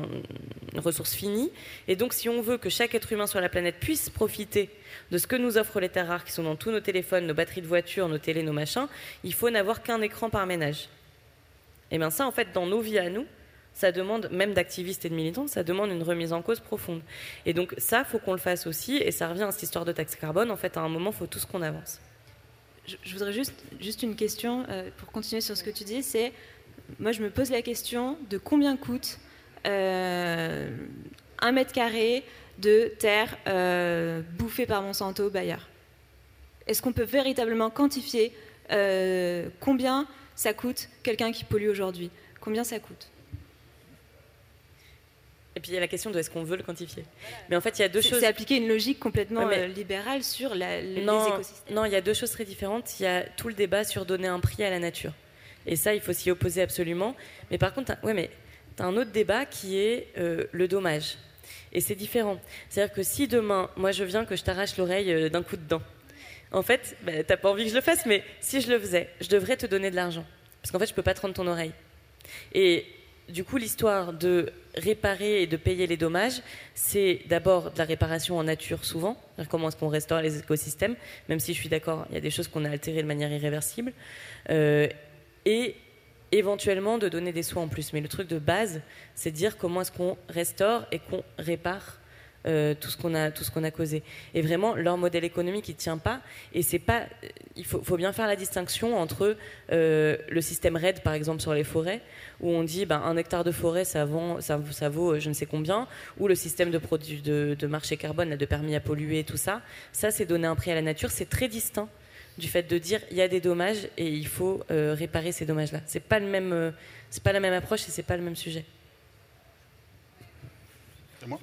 une ressource finie, et donc si on veut que chaque être humain sur la planète puisse profiter de ce que nous offrent les terres rares, qui sont dans tous nos téléphones, nos batteries de voiture, nos télés, nos machins, il faut n'avoir qu'un écran par ménage. Et bien ça, en fait, dans nos vies à nous, ça demande, même d'activistes et de militants, ça demande une remise en cause profonde. Et donc ça, il faut qu'on le fasse aussi, et ça revient à cette histoire de taxe carbone. En fait, à un moment, il faut tous qu'on avance. Je voudrais juste une question, pour continuer sur ce que tu dis, c'est, moi je me pose la question de combien coûte 1 mètre carré de terre bouffée par Monsanto, Bayer. Est-ce qu'on peut véritablement quantifier combien ça coûte quelqu'un qui pollue aujourd'hui? Combien ça coûte? Et puis il y a la question de est-ce qu'on veut le quantifier. Mais en fait, il y a deux choses. C'est appliquer une logique complètement libérale sur les écosystèmes. Non, il y a deux choses très différentes. Il y a tout le débat sur donner un prix à la nature. Et ça, il faut s'y opposer absolument. Mais par contre, t'as un autre débat qui est le dommage. Et c'est différent. C'est-à-dire que si demain, moi je viens que je t'arrache l'oreille d'un coup de dent, en fait, t'as pas envie que je le fasse, mais si je le faisais, je devrais te donner de l'argent. Parce qu'en fait, je peux pas te rendre ton oreille. Et du coup, l'histoire de réparer et de payer les dommages, c'est d'abord de la réparation en nature souvent. Comment est-ce qu'on restaure les écosystèmes, même si je suis d'accord, il y a des choses qu'on a altérées de manière irréversible. Et éventuellement de donner des soins en plus. Mais le truc de base, c'est de dire comment est-ce qu'on restaure et qu'on répare tout ce qu'on a causé. Et vraiment, leur modèle économique, il ne tient pas. Et c'est pas, il faut bien faire la distinction entre le système RED, par exemple, sur les forêts, où on dit 1 hectare de forêt, ça vaut je ne sais combien, ou le système de marché carbone, là, de permis à polluer, tout ça. Ça, c'est donner un prix à la nature. C'est très distinct du fait de dire il y a des dommages et il faut réparer ces dommages-là. C'est pas la même approche et c'est pas le même sujet. C'est moi ?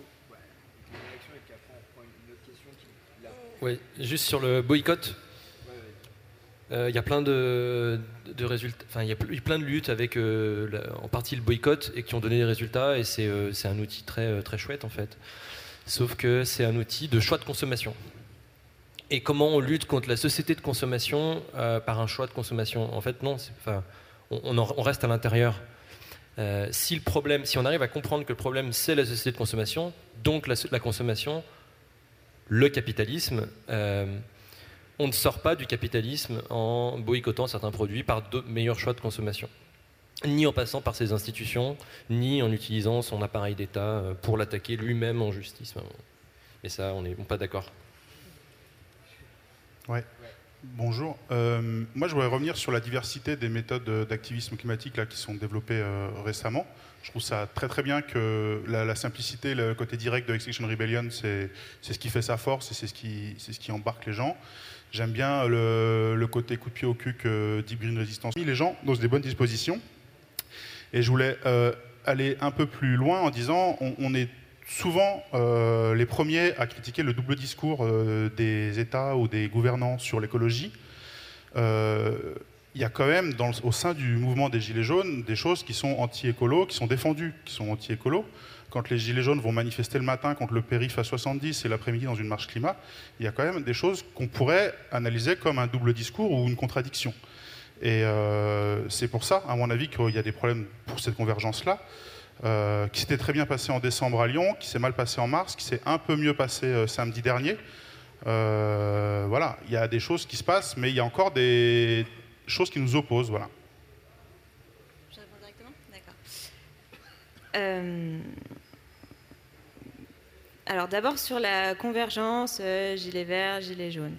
Oui, juste sur le boycott. Il y a plein de résultats. Enfin, il y a eu plein de luttes avec en partie le boycott et qui ont donné des résultats. Et c'est un outil très très chouette en fait. Sauf que c'est un outil de choix de consommation. Et comment on lutte contre la société de consommation par un choix de consommation? En fait, non. On reste à l'intérieur. Si on arrive à comprendre que le problème c'est la société de consommation, donc la consommation, le capitalisme, on ne sort pas du capitalisme en boycottant certains produits par de meilleurs choix de consommation, ni en passant par ses institutions, ni en utilisant son appareil d'État pour l'attaquer lui-même en justice. Mais ça, on n'est pas d'accord. Ouais. Bonjour. Moi, je voudrais revenir sur la diversité des méthodes d'activisme climatique là, qui sont développées récemment. Je trouve ça très très bien que la simplicité, le côté direct de Extinction Rebellion, c'est ce qui fait sa force et c'est ce qui embarque les gens. J'aime bien le côté coup de pied au cul que Deep Green Resistance. Les gens dans des bonnes dispositions. Et je voulais aller un peu plus loin en disant on est souvent les premiers à critiquer le double discours des États ou des gouvernants sur l'écologie. Il y a quand même au sein du mouvement des Gilets jaunes des choses qui sont anti-écolo, qui sont défendues, qui sont anti-écolo. Quand les Gilets jaunes vont manifester le matin contre le périph' à 70 et l'après-midi dans une marche climat, il y a quand même des choses qu'on pourrait analyser comme un double discours ou une contradiction. Et c'est pour ça, à mon avis, qu'il y a des problèmes pour cette convergence-là, qui s'était très bien passé en décembre à Lyon, qui s'est mal passé en mars, qui s'est un peu mieux passé samedi dernier. Voilà, il y a des choses qui se passent, mais il y a encore des choses qui nous opposent. Voilà. Je réponds directement ? D'accord. Alors d'abord sur la convergence gilets verts, gilets jaunes.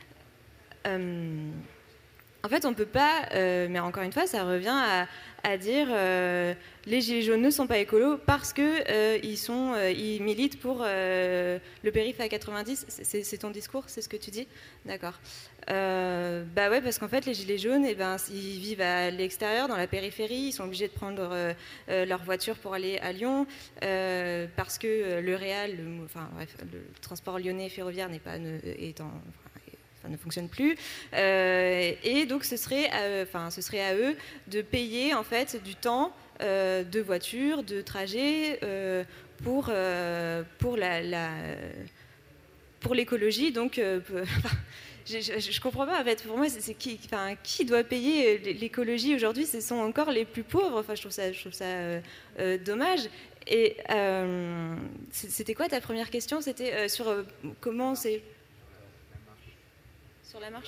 En fait, on ne peut pas, mais encore une fois, ça revient à dire les gilets jaunes ne sont pas écolos parce que ils militent pour le périph' à 90. C'est ton discours, c'est ce que tu dis ? D'accord. Bah ouais, parce qu'en fait, les gilets jaunes, ils vivent à l'extérieur, dans la périphérie. Ils sont obligés de prendre leur voiture pour aller à Lyon parce que le REAL, le transport lyonnais ferroviaire ne fonctionne plus, et donc ce serait à eux de payer en fait du temps de voiture, de trajet pour l'écologie. Donc je comprends pas en fait. Pour moi, c'est qui doit payer l'écologie aujourd'hui ? Ce sont encore les plus pauvres. Enfin, je trouve ça dommage. Et c'était quoi ta première question ? C'était sur comment c'est. Sur la marche ?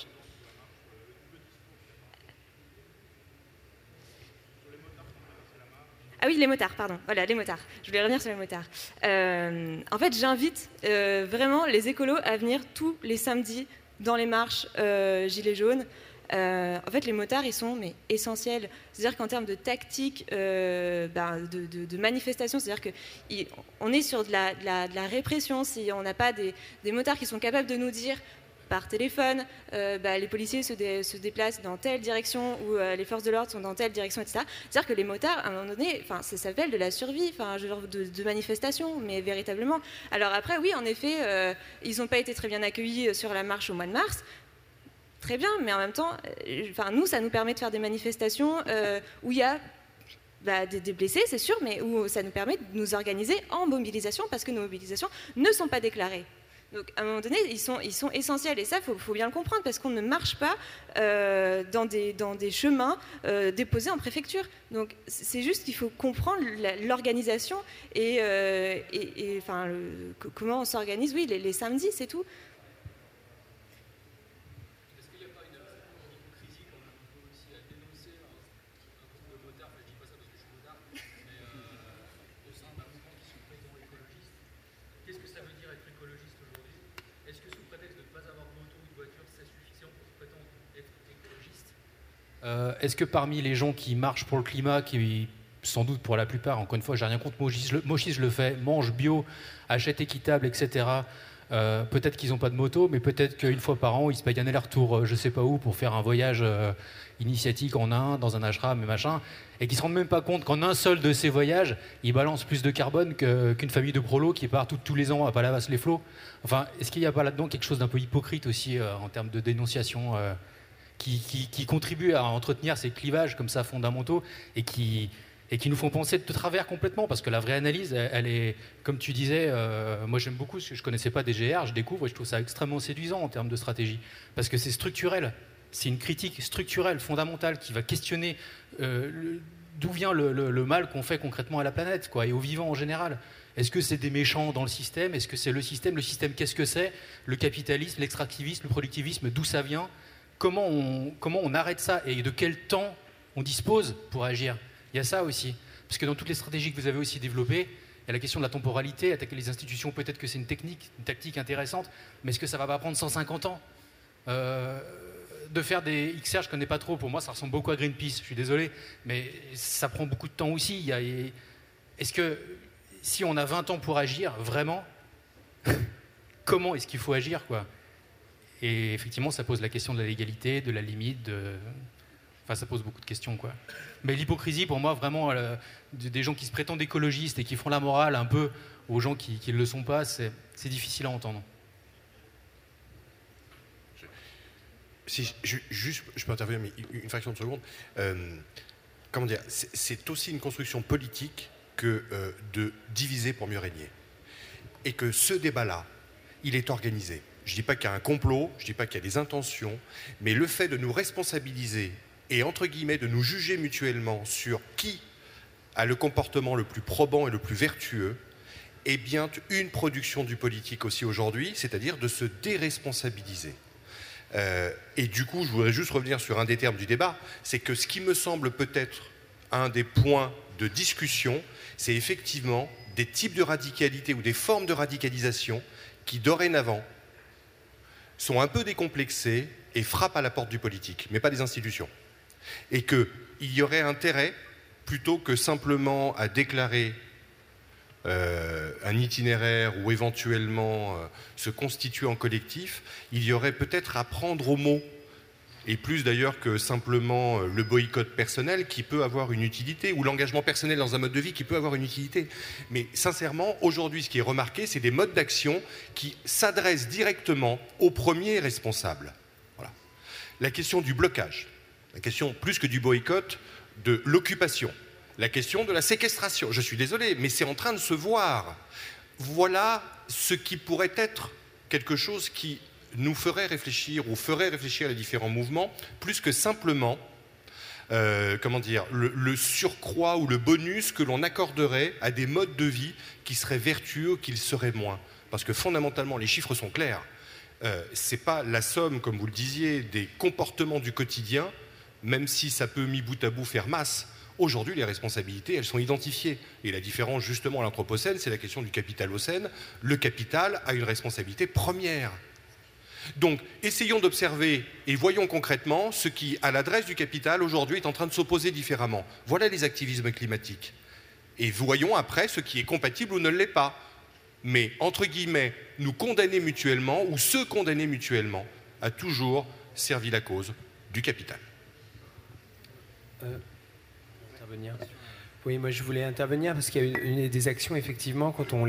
Ah oui, les motards, pardon. Voilà, les motards. Je voulais revenir sur les motards. En fait, j'invite vraiment les écolos à venir tous les samedis dans les marches Gilets jaunes. En fait, les motards, ils sont essentiels. C'est-à-dire qu'en termes de tactique de manifestation, c'est-à-dire qu'on est sur de la répression. Si on n'a pas des motards qui sont capables de nous dire par téléphone, les policiers se déplacent dans telle direction ou les forces de l'ordre sont dans telle direction, etc. C'est-à-dire que les motards, à un moment donné, ça s'appelle de la survie, genre de manifestation, mais véritablement. Alors après, oui, en effet, ils n'ont pas été très bien accueillis sur la marche au mois de mars. Très bien, mais en même temps, nous, ça nous permet de faire des manifestations où il y a des blessés, c'est sûr, mais où ça nous permet de nous organiser en mobilisation parce que nos mobilisations ne sont pas déclarées. Donc, à un moment donné, ils sont essentiels. Et ça, faut bien le comprendre, parce qu'on ne marche pas dans des chemins déposés en préfecture. Donc, c'est juste qu'il faut comprendre l'organisation et comment on s'organise. Oui, les samedis, c'est tout. Est-ce qu'il n'y a pas une hypocrisie quand même un peu aussi à dénoncer un groupe de motards, je ne dis pas ça parce que je suis motard, mais au sein d'un mouvement qui se prétend écologiste. Qu'est-ce que ça veut dire être écologiste aujourd'hui ? Est-ce que sous prétexte de ne pas avoir de moto ou de voiture, c'est suffisant pour prétendre être écologiste ? Est-ce que parmi les gens qui marchent pour le climat, qui sans doute pour la plupart, encore une fois, j'ai rien contre Mochis le fait, mange bio, achète équitable, etc. Peut-être qu'ils n'ont pas de moto, mais peut-être qu'une fois par an, ils se payent un aller-retour, je ne sais pas où, pour faire un voyage initiatique en Inde, dans un ashram et machin, et qui ne se rendent même pas compte qu'en un seul de ces voyages, ils balancent plus de carbone qu'une famille de prolos qui part tous les ans à Palavas-les-Flots. Enfin, est-ce qu'il n'y a pas là-dedans quelque chose d'un peu hypocrite aussi en termes de dénonciation qui contribue à entretenir ces clivages comme ça fondamentaux et qui nous font penser de travers complètement, parce que la vraie analyse, elle est, comme tu disais, moi j'aime beaucoup, parce que je ne connaissais pas DGR, je découvre et je trouve ça extrêmement séduisant en termes de stratégie, parce que c'est structurel, c'est une critique structurelle, fondamentale, qui va questionner d'où vient le mal qu'on fait concrètement à la planète, quoi, et aux vivants en général. Est-ce que c'est des méchants dans le système ? Est-ce que c'est le système ? Le système, qu'est-ce que c'est ? Le capitalisme, l'extractivisme, le productivisme, d'où ça vient ? Comment on arrête ça ? Et de quel temps on dispose pour agir ? Il y a ça aussi. Parce que dans toutes les stratégies que vous avez aussi développées, il y a la question de la temporalité, attaquer les institutions, peut-être que c'est une tactique intéressante, mais est-ce que ça ne va pas prendre 150 ans de faire des XR, je connais pas trop. Pour moi, ça ressemble beaucoup à Greenpeace. Je suis désolé, mais ça prend beaucoup de temps aussi. Est-ce que si on a 20 ans pour agir, vraiment, comment est-ce qu'il faut agir, quoi? Et effectivement, ça pose la question de la légalité, de la limite, enfin, ça pose beaucoup de questions, quoi. Mais l'hypocrisie, pour moi, vraiment, des gens qui se prétendent écologistes et qui font la morale un peu aux gens qui ne le sont pas, c'est difficile à entendre. Si je peux intervenir mais une fraction de seconde. Comment dire, c'est aussi une construction politique que de diviser pour mieux régner. Et que ce débat-là, il est organisé. Je ne dis pas qu'il y a un complot, je ne dis pas qu'il y a des intentions, mais le fait de nous responsabiliser et, entre guillemets, de nous juger mutuellement sur qui a le comportement le plus probant et le plus vertueux, est bien une production du politique aussi aujourd'hui, c'est-à-dire de se déresponsabiliser. Et du coup, je voudrais juste revenir sur un des termes du débat, c'est que ce qui me semble peut-être un des points de discussion, c'est effectivement des types de radicalité ou des formes de radicalisation qui, dorénavant, sont un peu décomplexés et frappent à la porte du politique, mais pas des institutions. Et qu'il y aurait intérêt, plutôt que simplement à déclarer un itinéraire ou éventuellement se constituer en collectif, il y aurait peut-être à prendre au mot, et plus d'ailleurs que simplement le boycott personnel qui peut avoir une utilité, ou l'engagement personnel dans un mode de vie qui peut avoir une utilité. Mais sincèrement, aujourd'hui, ce qui est remarqué, c'est des modes d'action qui s'adressent directement aux premiers responsables. Voilà. La question du blocage, la question plus que du boycott, de l'occupation, la question de la séquestration. Je suis désolé, mais c'est en train de se voir. Voilà ce qui pourrait être quelque chose qui nous ferait réfléchir ou ferait réfléchir les différents mouvements, plus que simplement le surcroît ou le bonus que l'on accorderait à des modes de vie qui seraient vertueux, qu'ils seraient moins. Parce que fondamentalement, les chiffres sont clairs. Ce n'est pas la somme, comme vous le disiez, des comportements du quotidien, même si ça peut mis bout à bout faire masse. Aujourd'hui, les responsabilités, elles sont identifiées. Et la différence, justement, à l'Anthropocène, c'est la question du capitalocène. Le capital a une responsabilité première. Donc, essayons d'observer et voyons concrètement ce qui, à l'adresse du capital, aujourd'hui, est en train de s'opposer différemment. Voilà les activismes climatiques. Et voyons après ce qui est compatible ou ne l'est pas. Mais, entre guillemets, nous condamner mutuellement ou se condamner mutuellement a toujours servi la cause du capital. Oui, moi je voulais intervenir parce qu'il y a une des actions, effectivement, quand on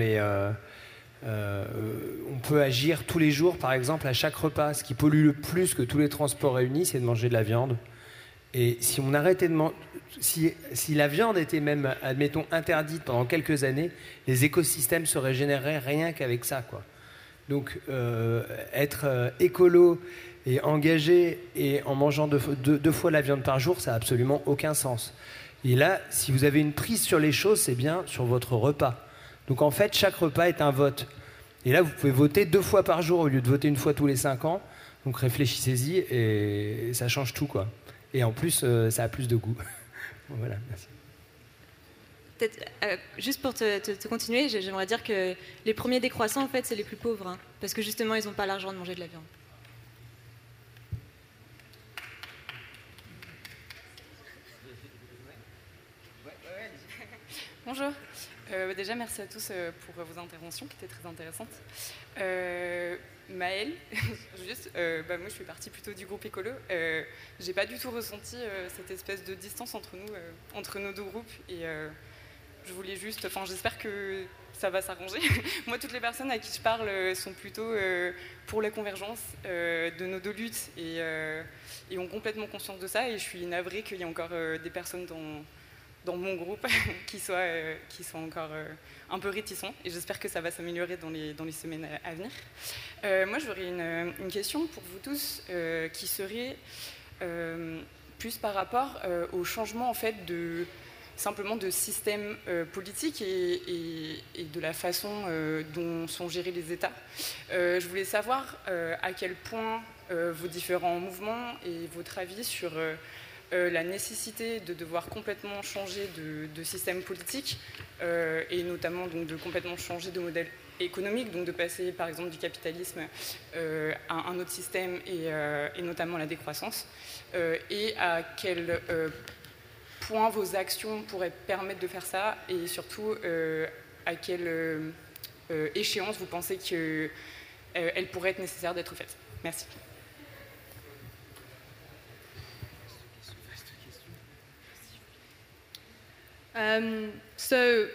peut agir tous les jours, par exemple, à chaque repas. Ce qui pollue le plus que tous les transports réunis, c'est de manger de la viande. Et si on arrêtait si la viande était même, admettons, interdite pendant quelques années, les écosystèmes se régénéreraient rien qu'avec ça, quoi. Donc, être écolo et engagé et en mangeant deux fois la viande par jour, ça n'a absolument aucun sens. Et là, si vous avez une prise sur les choses, c'est bien sur votre repas. Donc en fait, chaque repas est un vote. Et là, vous pouvez voter 2 fois par jour au lieu de voter 1 fois tous les 5 ans. Donc réfléchissez-y et ça change tout, quoi. Et en plus, ça a plus de goût. Bon, voilà, merci. Peut-être, juste pour te continuer, j'aimerais dire que les premiers décroissants, en fait, c'est les plus pauvres. Hein, parce que justement, ils n'ont pas l'argent de manger de la viande. Bonjour. Déjà, merci à tous pour vos interventions qui étaient très intéressantes. Maëlle, moi je fais partie plutôt du groupe écolo. J'ai pas du tout ressenti cette espèce de distance entre nous, entre nos deux groupes. Et je voulais juste, j'espère que ça va s'arranger. Moi, toutes les personnes à qui je parle sont plutôt pour la convergence de nos deux luttes et ont complètement conscience de ça. Et je suis navrée qu'il y ait encore des personnes dans mon groupe qui sont encore un peu réticents, et j'espère que ça va s'améliorer dans les semaines à venir. Moi, j'aurais une question pour vous tous qui serait plus par rapport au changement en fait simplement de système politique et de la façon dont sont gérés les États. Je voulais savoir à quel point vos différents mouvements et votre avis sur la nécessité de devoir complètement changer de système politique, et notamment donc, de complètement changer de modèle économique, donc de passer par exemple du capitalisme à un autre système et notamment la décroissance, et à quel point vos actions pourraient permettre de faire ça, et surtout à quelle échéance vous pensez qu'elle pourrait être nécessaire d'être faite. Merci. So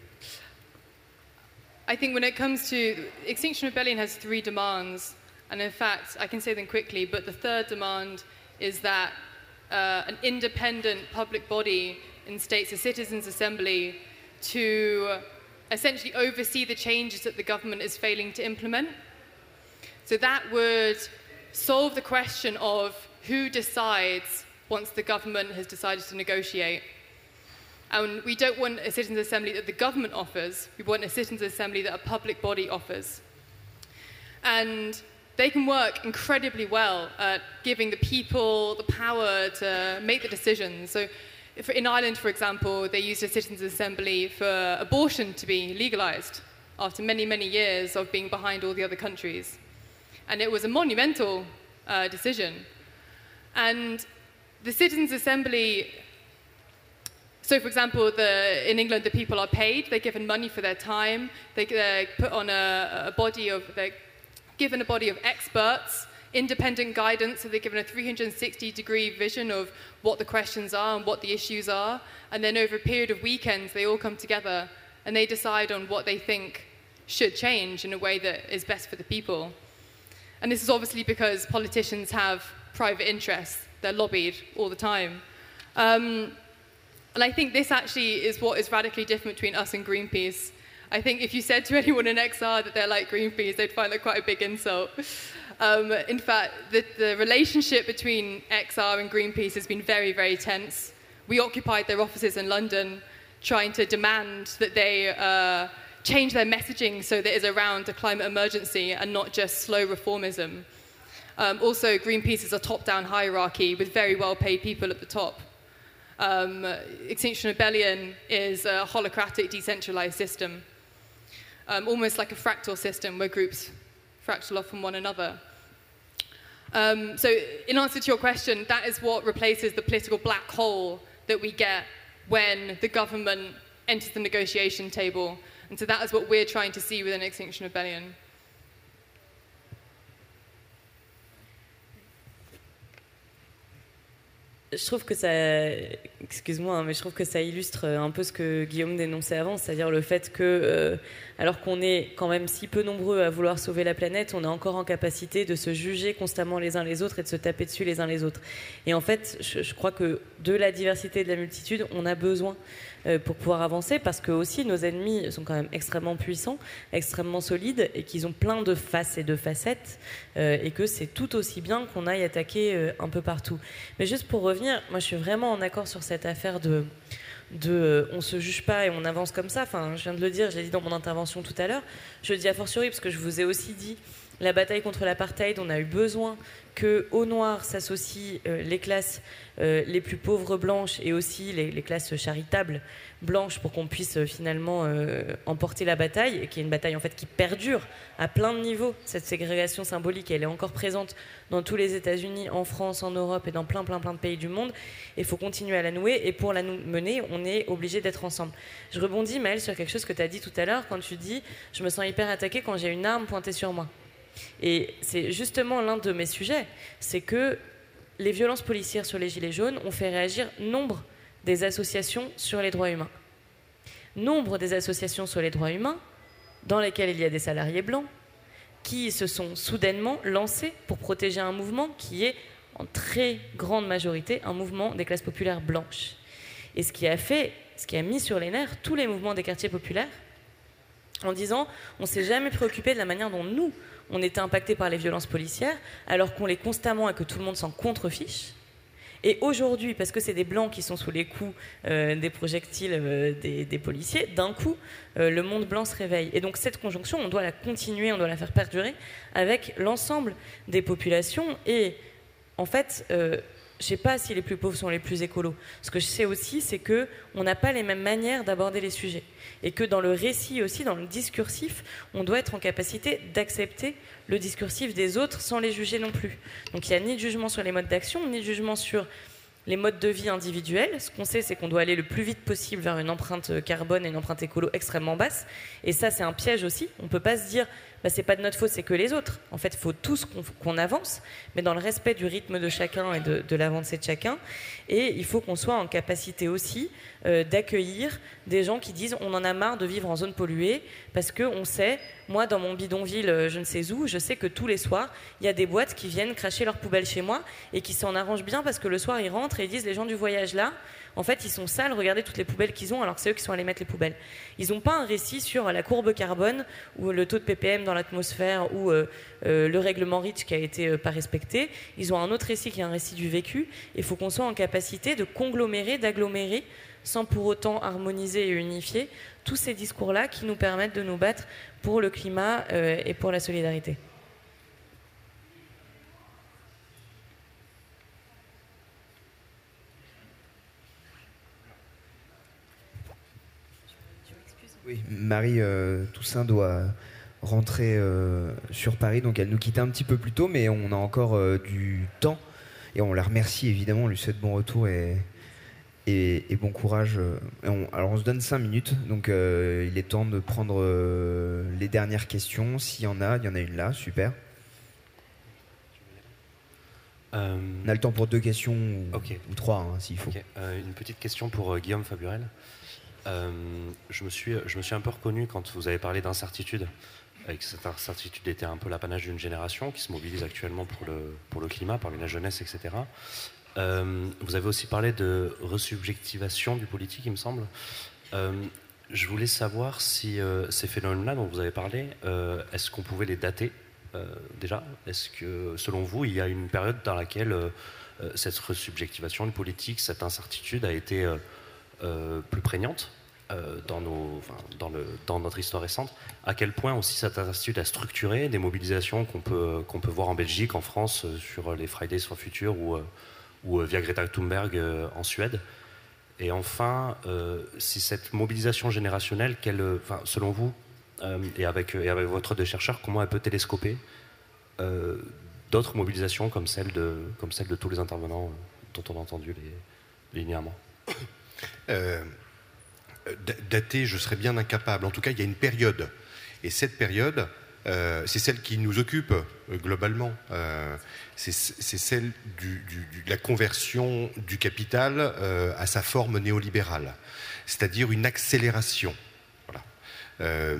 I think when it comes to Extinction Rebellion has 3 demands, and in fact I can say them quickly, but the third demand is that an independent public body instates a citizens' assembly to essentially oversee the changes that the government is failing to implement. So that would solve the question of who decides once the government has decided to negotiate. And we don't want a citizens' assembly that the government offers, we want a citizens' assembly that a public body offers. And they can work incredibly well at giving the people the power to make the decisions. So in Ireland, for example, they used a citizens' assembly for abortion to be legalised after many, many years of being behind all the other countries. And it was a monumental decision. And the citizens' assembly... So, for example, in England, the people are paid. They're given money for their time. They're put on they're given a body of experts, independent guidance. So they're given a 360-degree vision of what the questions are and what the issues are. And then over a period of weekends, they all come together and they decide on what they think should change in a way that is best for the people. And this is obviously because politicians have private interests. They're lobbied all the time. And I think this actually is what is radically different between us and Greenpeace. I think if you said to anyone in XR that they're like Greenpeace, they'd find that quite a big insult. In fact, the relationship between XR and Greenpeace has been very, very tense. We occupied their offices in London, trying to demand that they change their messaging so that it's around the climate emergency and not just slow reformism. Also, Greenpeace is a top-down hierarchy with very well-paid people at the top. Extinction Rebellion is a holocratic, decentralized system, almost like a fractal system where groups fractal off from one another. So in answer to your question, that is what replaces the political black hole that we get when the government enters the negotiation table. And so that is what we're trying to see within Extinction Rebellion. Je trouve que ça, excuse-moi, mais je trouve que ça illustre un peu ce que Guillaume dénonçait avant, c'est-à-dire le fait que, alors qu'on est quand même si peu nombreux à vouloir sauver la planète, on est encore en capacité de se juger constamment les uns les autres et de se taper dessus les uns les autres. Et en fait, je crois que de la diversité et de la multitude, on a besoin pour pouvoir avancer, parce que aussi nos ennemis sont quand même extrêmement puissants, extrêmement solides, et qu'ils ont plein de faces et de facettes, et que c'est tout aussi bien qu'on aille attaquer un peu partout. Mais juste pour revenir, moi je suis vraiment en accord sur cette affaire de on se juge pas et on avance comme ça. Enfin, je viens de le dire, je l'ai dit dans mon intervention tout à l'heure. Je le dis a fortiori parce que je vous ai aussi dit, la bataille contre l'apartheid, on a eu besoin que aux Noirs s'associent les classes les plus pauvres blanches et aussi les classes charitables blanches pour qu'on puisse finalement emporter la bataille, et qui est une bataille en fait qui perdure à plein de niveaux. Cette ségrégation symbolique, elle est encore présente dans tous les États-Unis, en France, en Europe et dans plein de pays du monde. Il faut continuer à la nouer, et pour la mener, on est obligé d'être ensemble. Je rebondis, Maëlle, sur quelque chose que tu as dit tout à l'heure, quand tu dis « je me sens hyper attaquée quand j'ai une arme pointée sur moi ». Et c'est justement l'un de mes sujets, c'est que les violences policières sur les Gilets jaunes ont fait réagir nombre des associations sur les droits humains. Nombre des associations sur les droits humains, dans lesquelles il y a des salariés blancs, qui se sont soudainement lancés pour protéger un mouvement qui est, en très grande majorité, un mouvement des classes populaires blanches. Et ce qui a mis sur les nerfs tous les mouvements des quartiers populaires, en disant on ne s'est jamais préoccupé de la manière dont nous, on était impactés par les violences policières, alors qu'on les constamment et que tout le monde s'en contrefiche. Et aujourd'hui, parce que c'est des blancs qui sont sous les coups des projectiles des policiers, d'un coup, le monde blanc se réveille. Et donc cette conjonction, on doit la continuer, on doit la faire perdurer avec l'ensemble des populations. Et en fait, je sais pas si les plus pauvres sont les plus écolos. Ce que je sais aussi, c'est que on n'a pas les mêmes manières d'aborder les sujets. Et que dans le récit aussi, dans le discursif, on doit être en capacité d'accepter le discursif des autres sans les juger non plus. Donc il n'y a ni de jugement sur les modes d'action, ni de jugement sur les modes de vie individuels. Ce qu'on sait, c'est qu'on doit aller le plus vite possible vers une empreinte carbone et une empreinte écolo extrêmement basse. Et ça, c'est un piège aussi. On ne peut pas se dire, c'est pas de notre faute, c'est que les autres. En fait, il faut tous qu'on avance, mais dans le respect du rythme de chacun et de l'avancée de chacun. Et il faut qu'on soit en capacité aussi d'accueillir des gens qui disent, on en a marre de vivre en zone polluée, parce qu'on sait, moi, dans mon bidonville, je ne sais où, je sais que tous les soirs, il y a des boîtes qui viennent cracher leurs poubelles chez moi et qui s'en arrangent bien parce que le soir, ils rentrent et ils disent, les gens du voyage là, en fait, ils sont sales, regardez toutes les poubelles qu'ils ont, alors que c'est eux qui sont allés mettre les poubelles. Ils n'ont pas un récit sur la courbe carbone ou le taux de ppm dans l'atmosphère ou le règlement REACH qui a été pas respecté. Ils ont un autre récit qui est un récit du vécu. Il faut qu'on soit en capacité de conglomérer, d'agglomérer, sans pour autant harmoniser et unifier tous ces discours-là qui nous permettent de nous battre pour le climat et pour la solidarité. Oui, Marie Toussaint doit rentrer sur Paris, donc elle nous quitte un petit peu plus tôt, mais on a encore du temps et on la remercie évidemment, on lui souhaite bon retour et bon courage. Alors on se donne 5 minutes, donc il est temps de prendre les dernières questions, s'il y en a une là, super. On a le temps pour 2 questions ou 3 s'il faut. Une petite question pour Guillaume Faburel. Je me suis un peu reconnu quand vous avez parlé d'incertitude, et que cette incertitude était un peu l'apanage d'une génération qui se mobilise actuellement pour le climat, parmi la jeunesse, etc. Vous avez aussi parlé de resubjectivation du politique, il me semble. Je voulais savoir si ces phénomènes-là dont vous avez parlé, est-ce qu'on pouvait les dater déjà? Est-ce que, selon vous, il y a une période dans laquelle cette resubjectivation du politique, cette incertitude a été plus prégnante dans notre histoire récente? À quel point aussi cette incertitude a structuré des mobilisations qu'on peut voir en Belgique, en France, sur les Fridays for Future ou via Greta Thunberg en Suède? Et enfin, si cette mobilisation générationnelle, selon vous, et avec votre de chercheur, comment elle peut télescoper d'autres mobilisations comme celle de tous les intervenants dont on a entendu les linéaments? Dater, je serais bien incapable. En tout cas, il y a une période. Et cette période, c'est celle qui nous occupe globalement. C'est celle de la conversion du capital à sa forme néolibérale. C'est-à-dire une accélération. Voilà.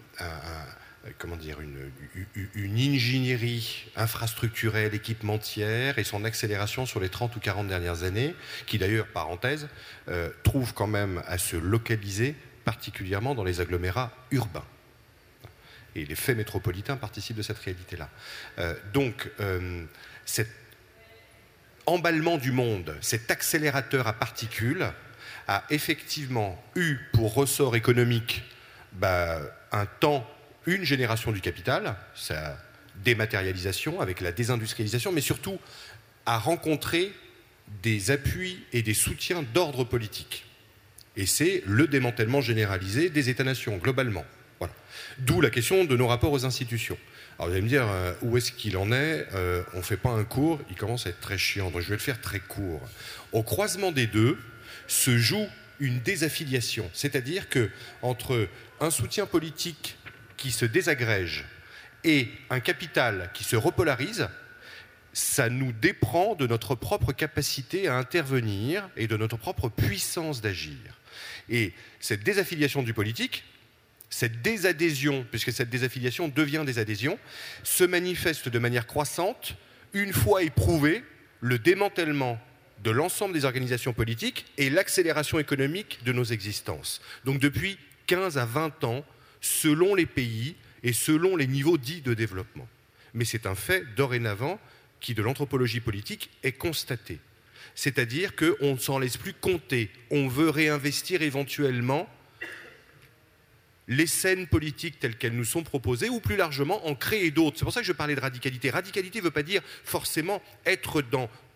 Une ingénierie infrastructurelle, équipementière et son accélération sur les 30 ou 40 dernières années, qui d'ailleurs, parenthèse, trouve quand même à se localiser particulièrement dans les agglomérats urbains. Et les faits métropolitains participent de cette réalité-là. Donc, cet emballement du monde, cet accélérateur à particules, a effectivement eu pour ressort économique un temps, une génération du capital, sa dématérialisation avec la désindustrialisation, mais surtout a rencontré des appuis et des soutiens d'ordre politique. Et c'est le démantèlement généralisé des États-nations, globalement. Voilà. D'où la question de nos rapports aux institutions. Alors vous allez me dire, où est-ce qu'il en est? On ne fait pas un cours, il commence à être très chiant, donc je vais le faire très court. Au croisement des deux se joue une désaffiliation, c'est-à-dire que entre un soutien politique qui se désagrège et un capital qui se repolarise, ça nous déprend de notre propre capacité à intervenir et de notre propre puissance d'agir. Et cette désaffiliation du politique, cette désadhésion, puisque cette désaffiliation devient désadhésion, se manifeste de manière croissante une fois éprouvé le démantèlement de l'ensemble des organisations politiques et l'accélération économique de nos existences. Donc depuis 15 à 20 ans, selon les pays et selon les niveaux dits de développement. Mais c'est un fait dorénavant qui, de l'anthropologie politique, est constaté. C'est-à-dire qu'on ne s'en laisse plus compter. On veut réinvestir éventuellement les scènes politiques telles qu'elles nous sont proposées, ou plus largement en créer d'autres. C'est pour ça que je parlais de radicalité. Radicalité ne veut pas dire forcément être dans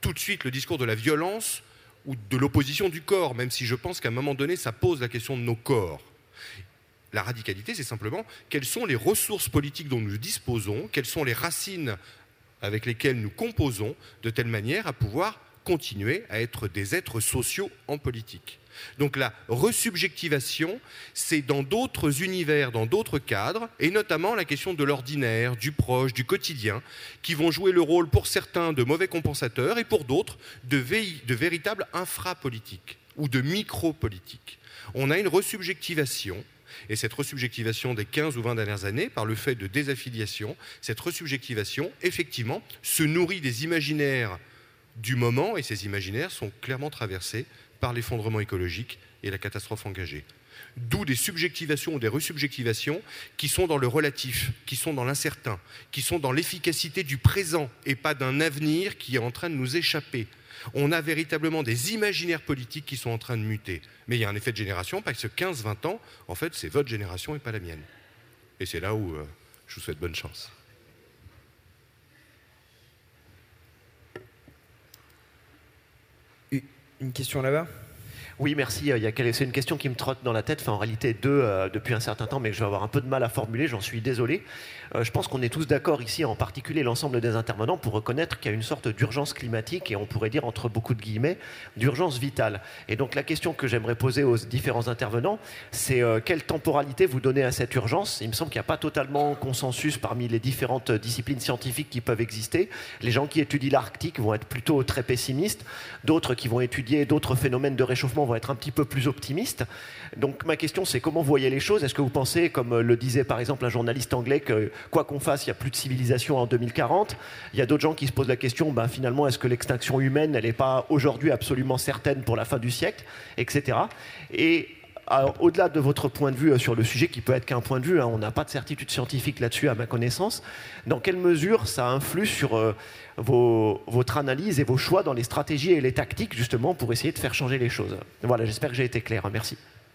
tout de suite le discours de la violence ou de l'opposition du corps, même si je pense qu'à un moment donné, ça pose la question de nos corps. La radicalité, c'est simplement quelles sont les ressources politiques dont nous disposons, quelles sont les racines avec lesquelles nous composons, de telle manière à pouvoir continuer à être des êtres sociaux en politique. Donc la resubjectivation, c'est dans d'autres univers, dans d'autres cadres, et notamment la question de l'ordinaire, du proche, du quotidien, qui vont jouer le rôle pour certains de mauvais compensateurs et pour d'autres de véritables infrapolitiques ou de micro-politiques. On a une resubjectivation, et cette resubjectivation des 15 ou 20 dernières années, par le fait de désaffiliation, cette resubjectivation, effectivement, se nourrit des imaginaires du moment, et ces imaginaires sont clairement traversés par l'effondrement écologique et la catastrophe engagée. D'où des subjectivations ou des resubjectivations qui sont dans le relatif, qui sont dans l'incertain, qui sont dans l'efficacité du présent et pas d'un avenir qui est en train de nous échapper. On a véritablement des imaginaires politiques qui sont en train de muter. Mais il y a un effet de génération, parce que 15-20 ans, en fait, c'est votre génération et pas la mienne. Et c'est là où je vous souhaite bonne chance. Une question là-bas ? Oui, merci. C'est une question qui me trotte dans la tête, enfin en réalité deux depuis un certain temps, mais que je vais avoir un peu de mal à formuler, j'en suis désolé. Je pense qu'on est tous d'accord ici, en particulier l'ensemble des intervenants, pour reconnaître qu'il y a une sorte d'urgence climatique, et on pourrait dire entre beaucoup de guillemets, d'urgence vitale. Et donc la question que j'aimerais poser aux différents intervenants, c'est quelle temporalité vous donnez à cette urgence ? Il me semble qu'il n'y a pas totalement consensus parmi les différentes disciplines scientifiques qui peuvent exister. Les gens qui étudient l'Arctique vont être plutôt très pessimistes, d'autres qui vont étudier d'autres phénomènes de réchauffement vont être un petit peu plus optimistes. Donc ma question, c'est comment vous voyez les choses ? Est-ce que vous pensez, comme le disait par exemple un journaliste anglais, que quoi qu'on fasse, il n'y a plus de civilisation en 2040 ? Il y a d'autres gens qui se posent la question, finalement, est-ce que l'extinction humaine, elle n'est pas aujourd'hui absolument certaine pour la fin du siècle, etc. Et au-delà de votre point de vue sur le sujet, qui peut être qu'un point de vue, on n'a pas de certitude scientifique là-dessus à ma connaissance, dans quelle mesure ça influe sur votre analyse et vos choix dans les stratégies et les tactiques, justement, pour essayer de faire changer les choses ? Voilà, j'espère que j'ai été clair. Merci.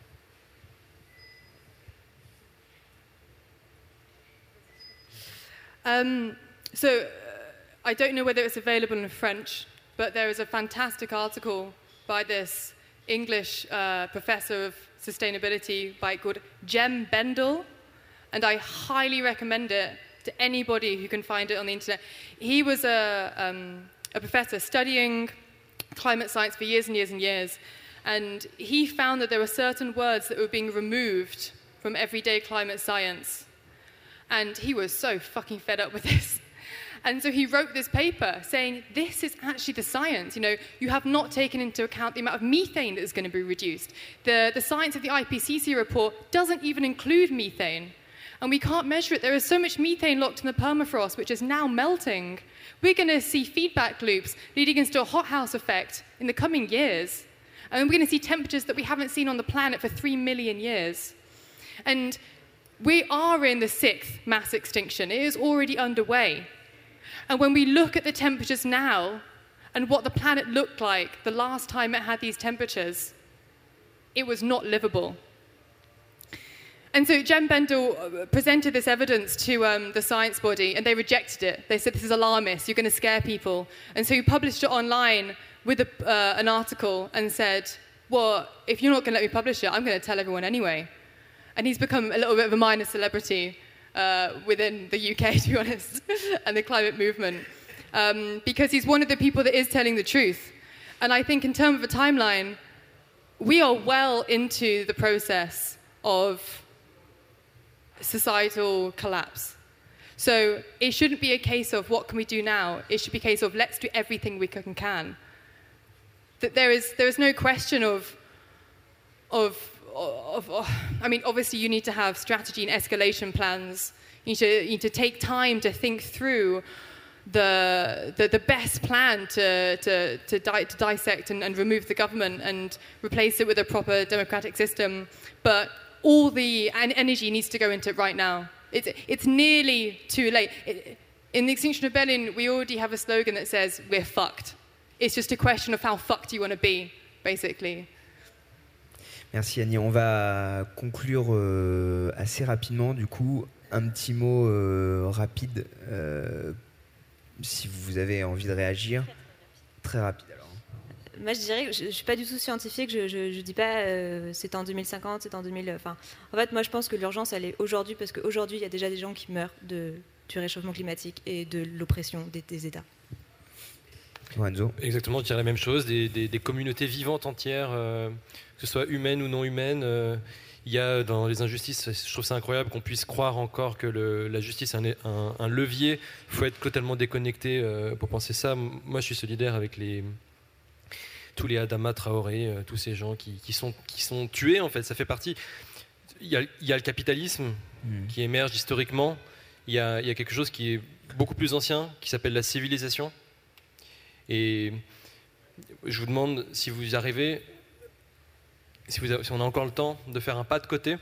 I don't know whether it's available in French, but there is a fantastic article by this English professor of sustainability called Jem Bendel, and I highly recommend it to anybody who can find it on the internet. He was a professor studying climate science for years and years and years, and he found that there were certain words that were being removed from everyday climate science. And he was so fucking fed up with this. And so he wrote this paper saying, this is actually the science. You have not taken into account the amount of methane that is going to be reduced. The science of the IPCC report doesn't even include methane. And we can't measure it. There is so much methane locked in the permafrost, which is now melting. We're going to see feedback loops leading into a hothouse effect in the coming years. And we're going to see temperatures that we haven't seen on the planet for 3 million years. And we are in the 6th mass extinction. It is already underway. And when we look at the temperatures now and what the planet looked like the last time it had these temperatures, it was not livable. And so Jem Bendel presented this evidence to the science body, and they rejected it. They said, this is alarmist, you're going to scare people. And so he published it online with an article and said, well, if you're not going to let me publish it, I'm going to tell everyone anyway. And he's become a little bit of a minor celebrity within the UK, to be honest, and the climate movement, because he's one of the people that is telling the truth. And I think in terms of a timeline, we are well into the process of societal collapse. So it shouldn't be a case of what can we do now? It should be a case of let's do everything we can. That there is no question of I mean, obviously you need to have strategy and escalation plans. You need to take time to think through the best plan to dissect and remove the government and replace it with a proper democratic system. But all the energy needs to go into it right now. It's nearly too late. In the Extinction Rebellion, we already have a slogan that says, we're fucked. It's just a question of how fucked you want to be, basically. Merci Annie. On va conclure assez rapidement. Du coup, un petit mot rapide, si vous avez envie de réagir. Très rapide alors. Moi, je dirais que je ne suis pas du tout scientifique, je dis pas c'est en 2050, c'est en 2000... Enfin, en fait, moi, je pense que l'urgence, elle est aujourd'hui, parce qu'aujourd'hui, il y a déjà des gens qui meurent du réchauffement climatique et de l'oppression des États. Lorenzo. Exactement, je dirais la même chose, des communautés vivantes entières, que ce soit humaines ou non humaines. Il y a dans les injustices, je trouve ça incroyable qu'on puisse croire encore que la justice est un levier. Il faut être totalement déconnecté pour penser ça. Moi, je suis solidaire avec tous les Adama Traoré, tous ces gens qui sont tués, en fait. Ça fait partie. Il y a le capitalisme qui émerge historiquement. Il y a quelque chose qui est beaucoup plus ancien, qui s'appelle la civilisation. Et je vous demande si vous arrivez, si on a encore le temps, de faire un pas de côté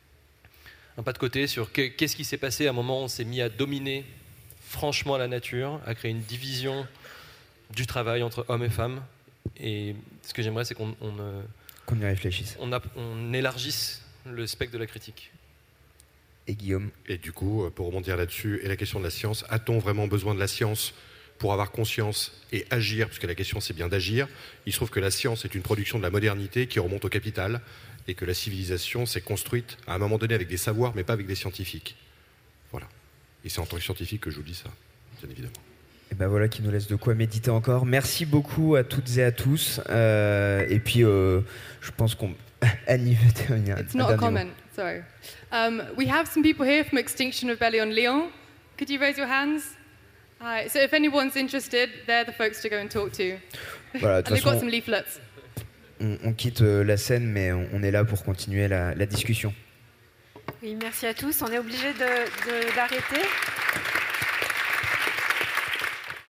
sur qu'est-ce qui s'est passé à un moment où on s'est mis à dominer franchement la nature, à créer une division du travail entre hommes et femmes. Et ce que j'aimerais, c'est qu'on y réfléchisse. On élargisse le spectre de la critique. Et Guillaume. Et du coup, pour rebondir là-dessus, et la question de la science, a-t-on vraiment besoin de la science pour avoir conscience et agir, puisque la question c'est bien d'agir? Il se trouve que la science est une production de la modernité qui remonte au capital, et que la civilisation s'est construite à un moment donné avec des savoirs, mais pas avec des scientifiques. Voilà. Et c'est en tant que scientifique que je vous dis ça, bien évidemment. Et ben voilà qui nous laisse de quoi méditer encore. Merci beaucoup à toutes et à tous. Et puis, je pense qu'on... Annie veut terminer. It's not a comment, sorry. We have some people here from Extinction Rebellion Lyon. Could you raise your hands? Hi. So if anyone's interested, they're the folks to go and talk to. Voilà, and they've got some leaflets. On quitte la scène, mais on est là pour continuer la discussion. Oui, merci à tous. On est obligé d'arrêter.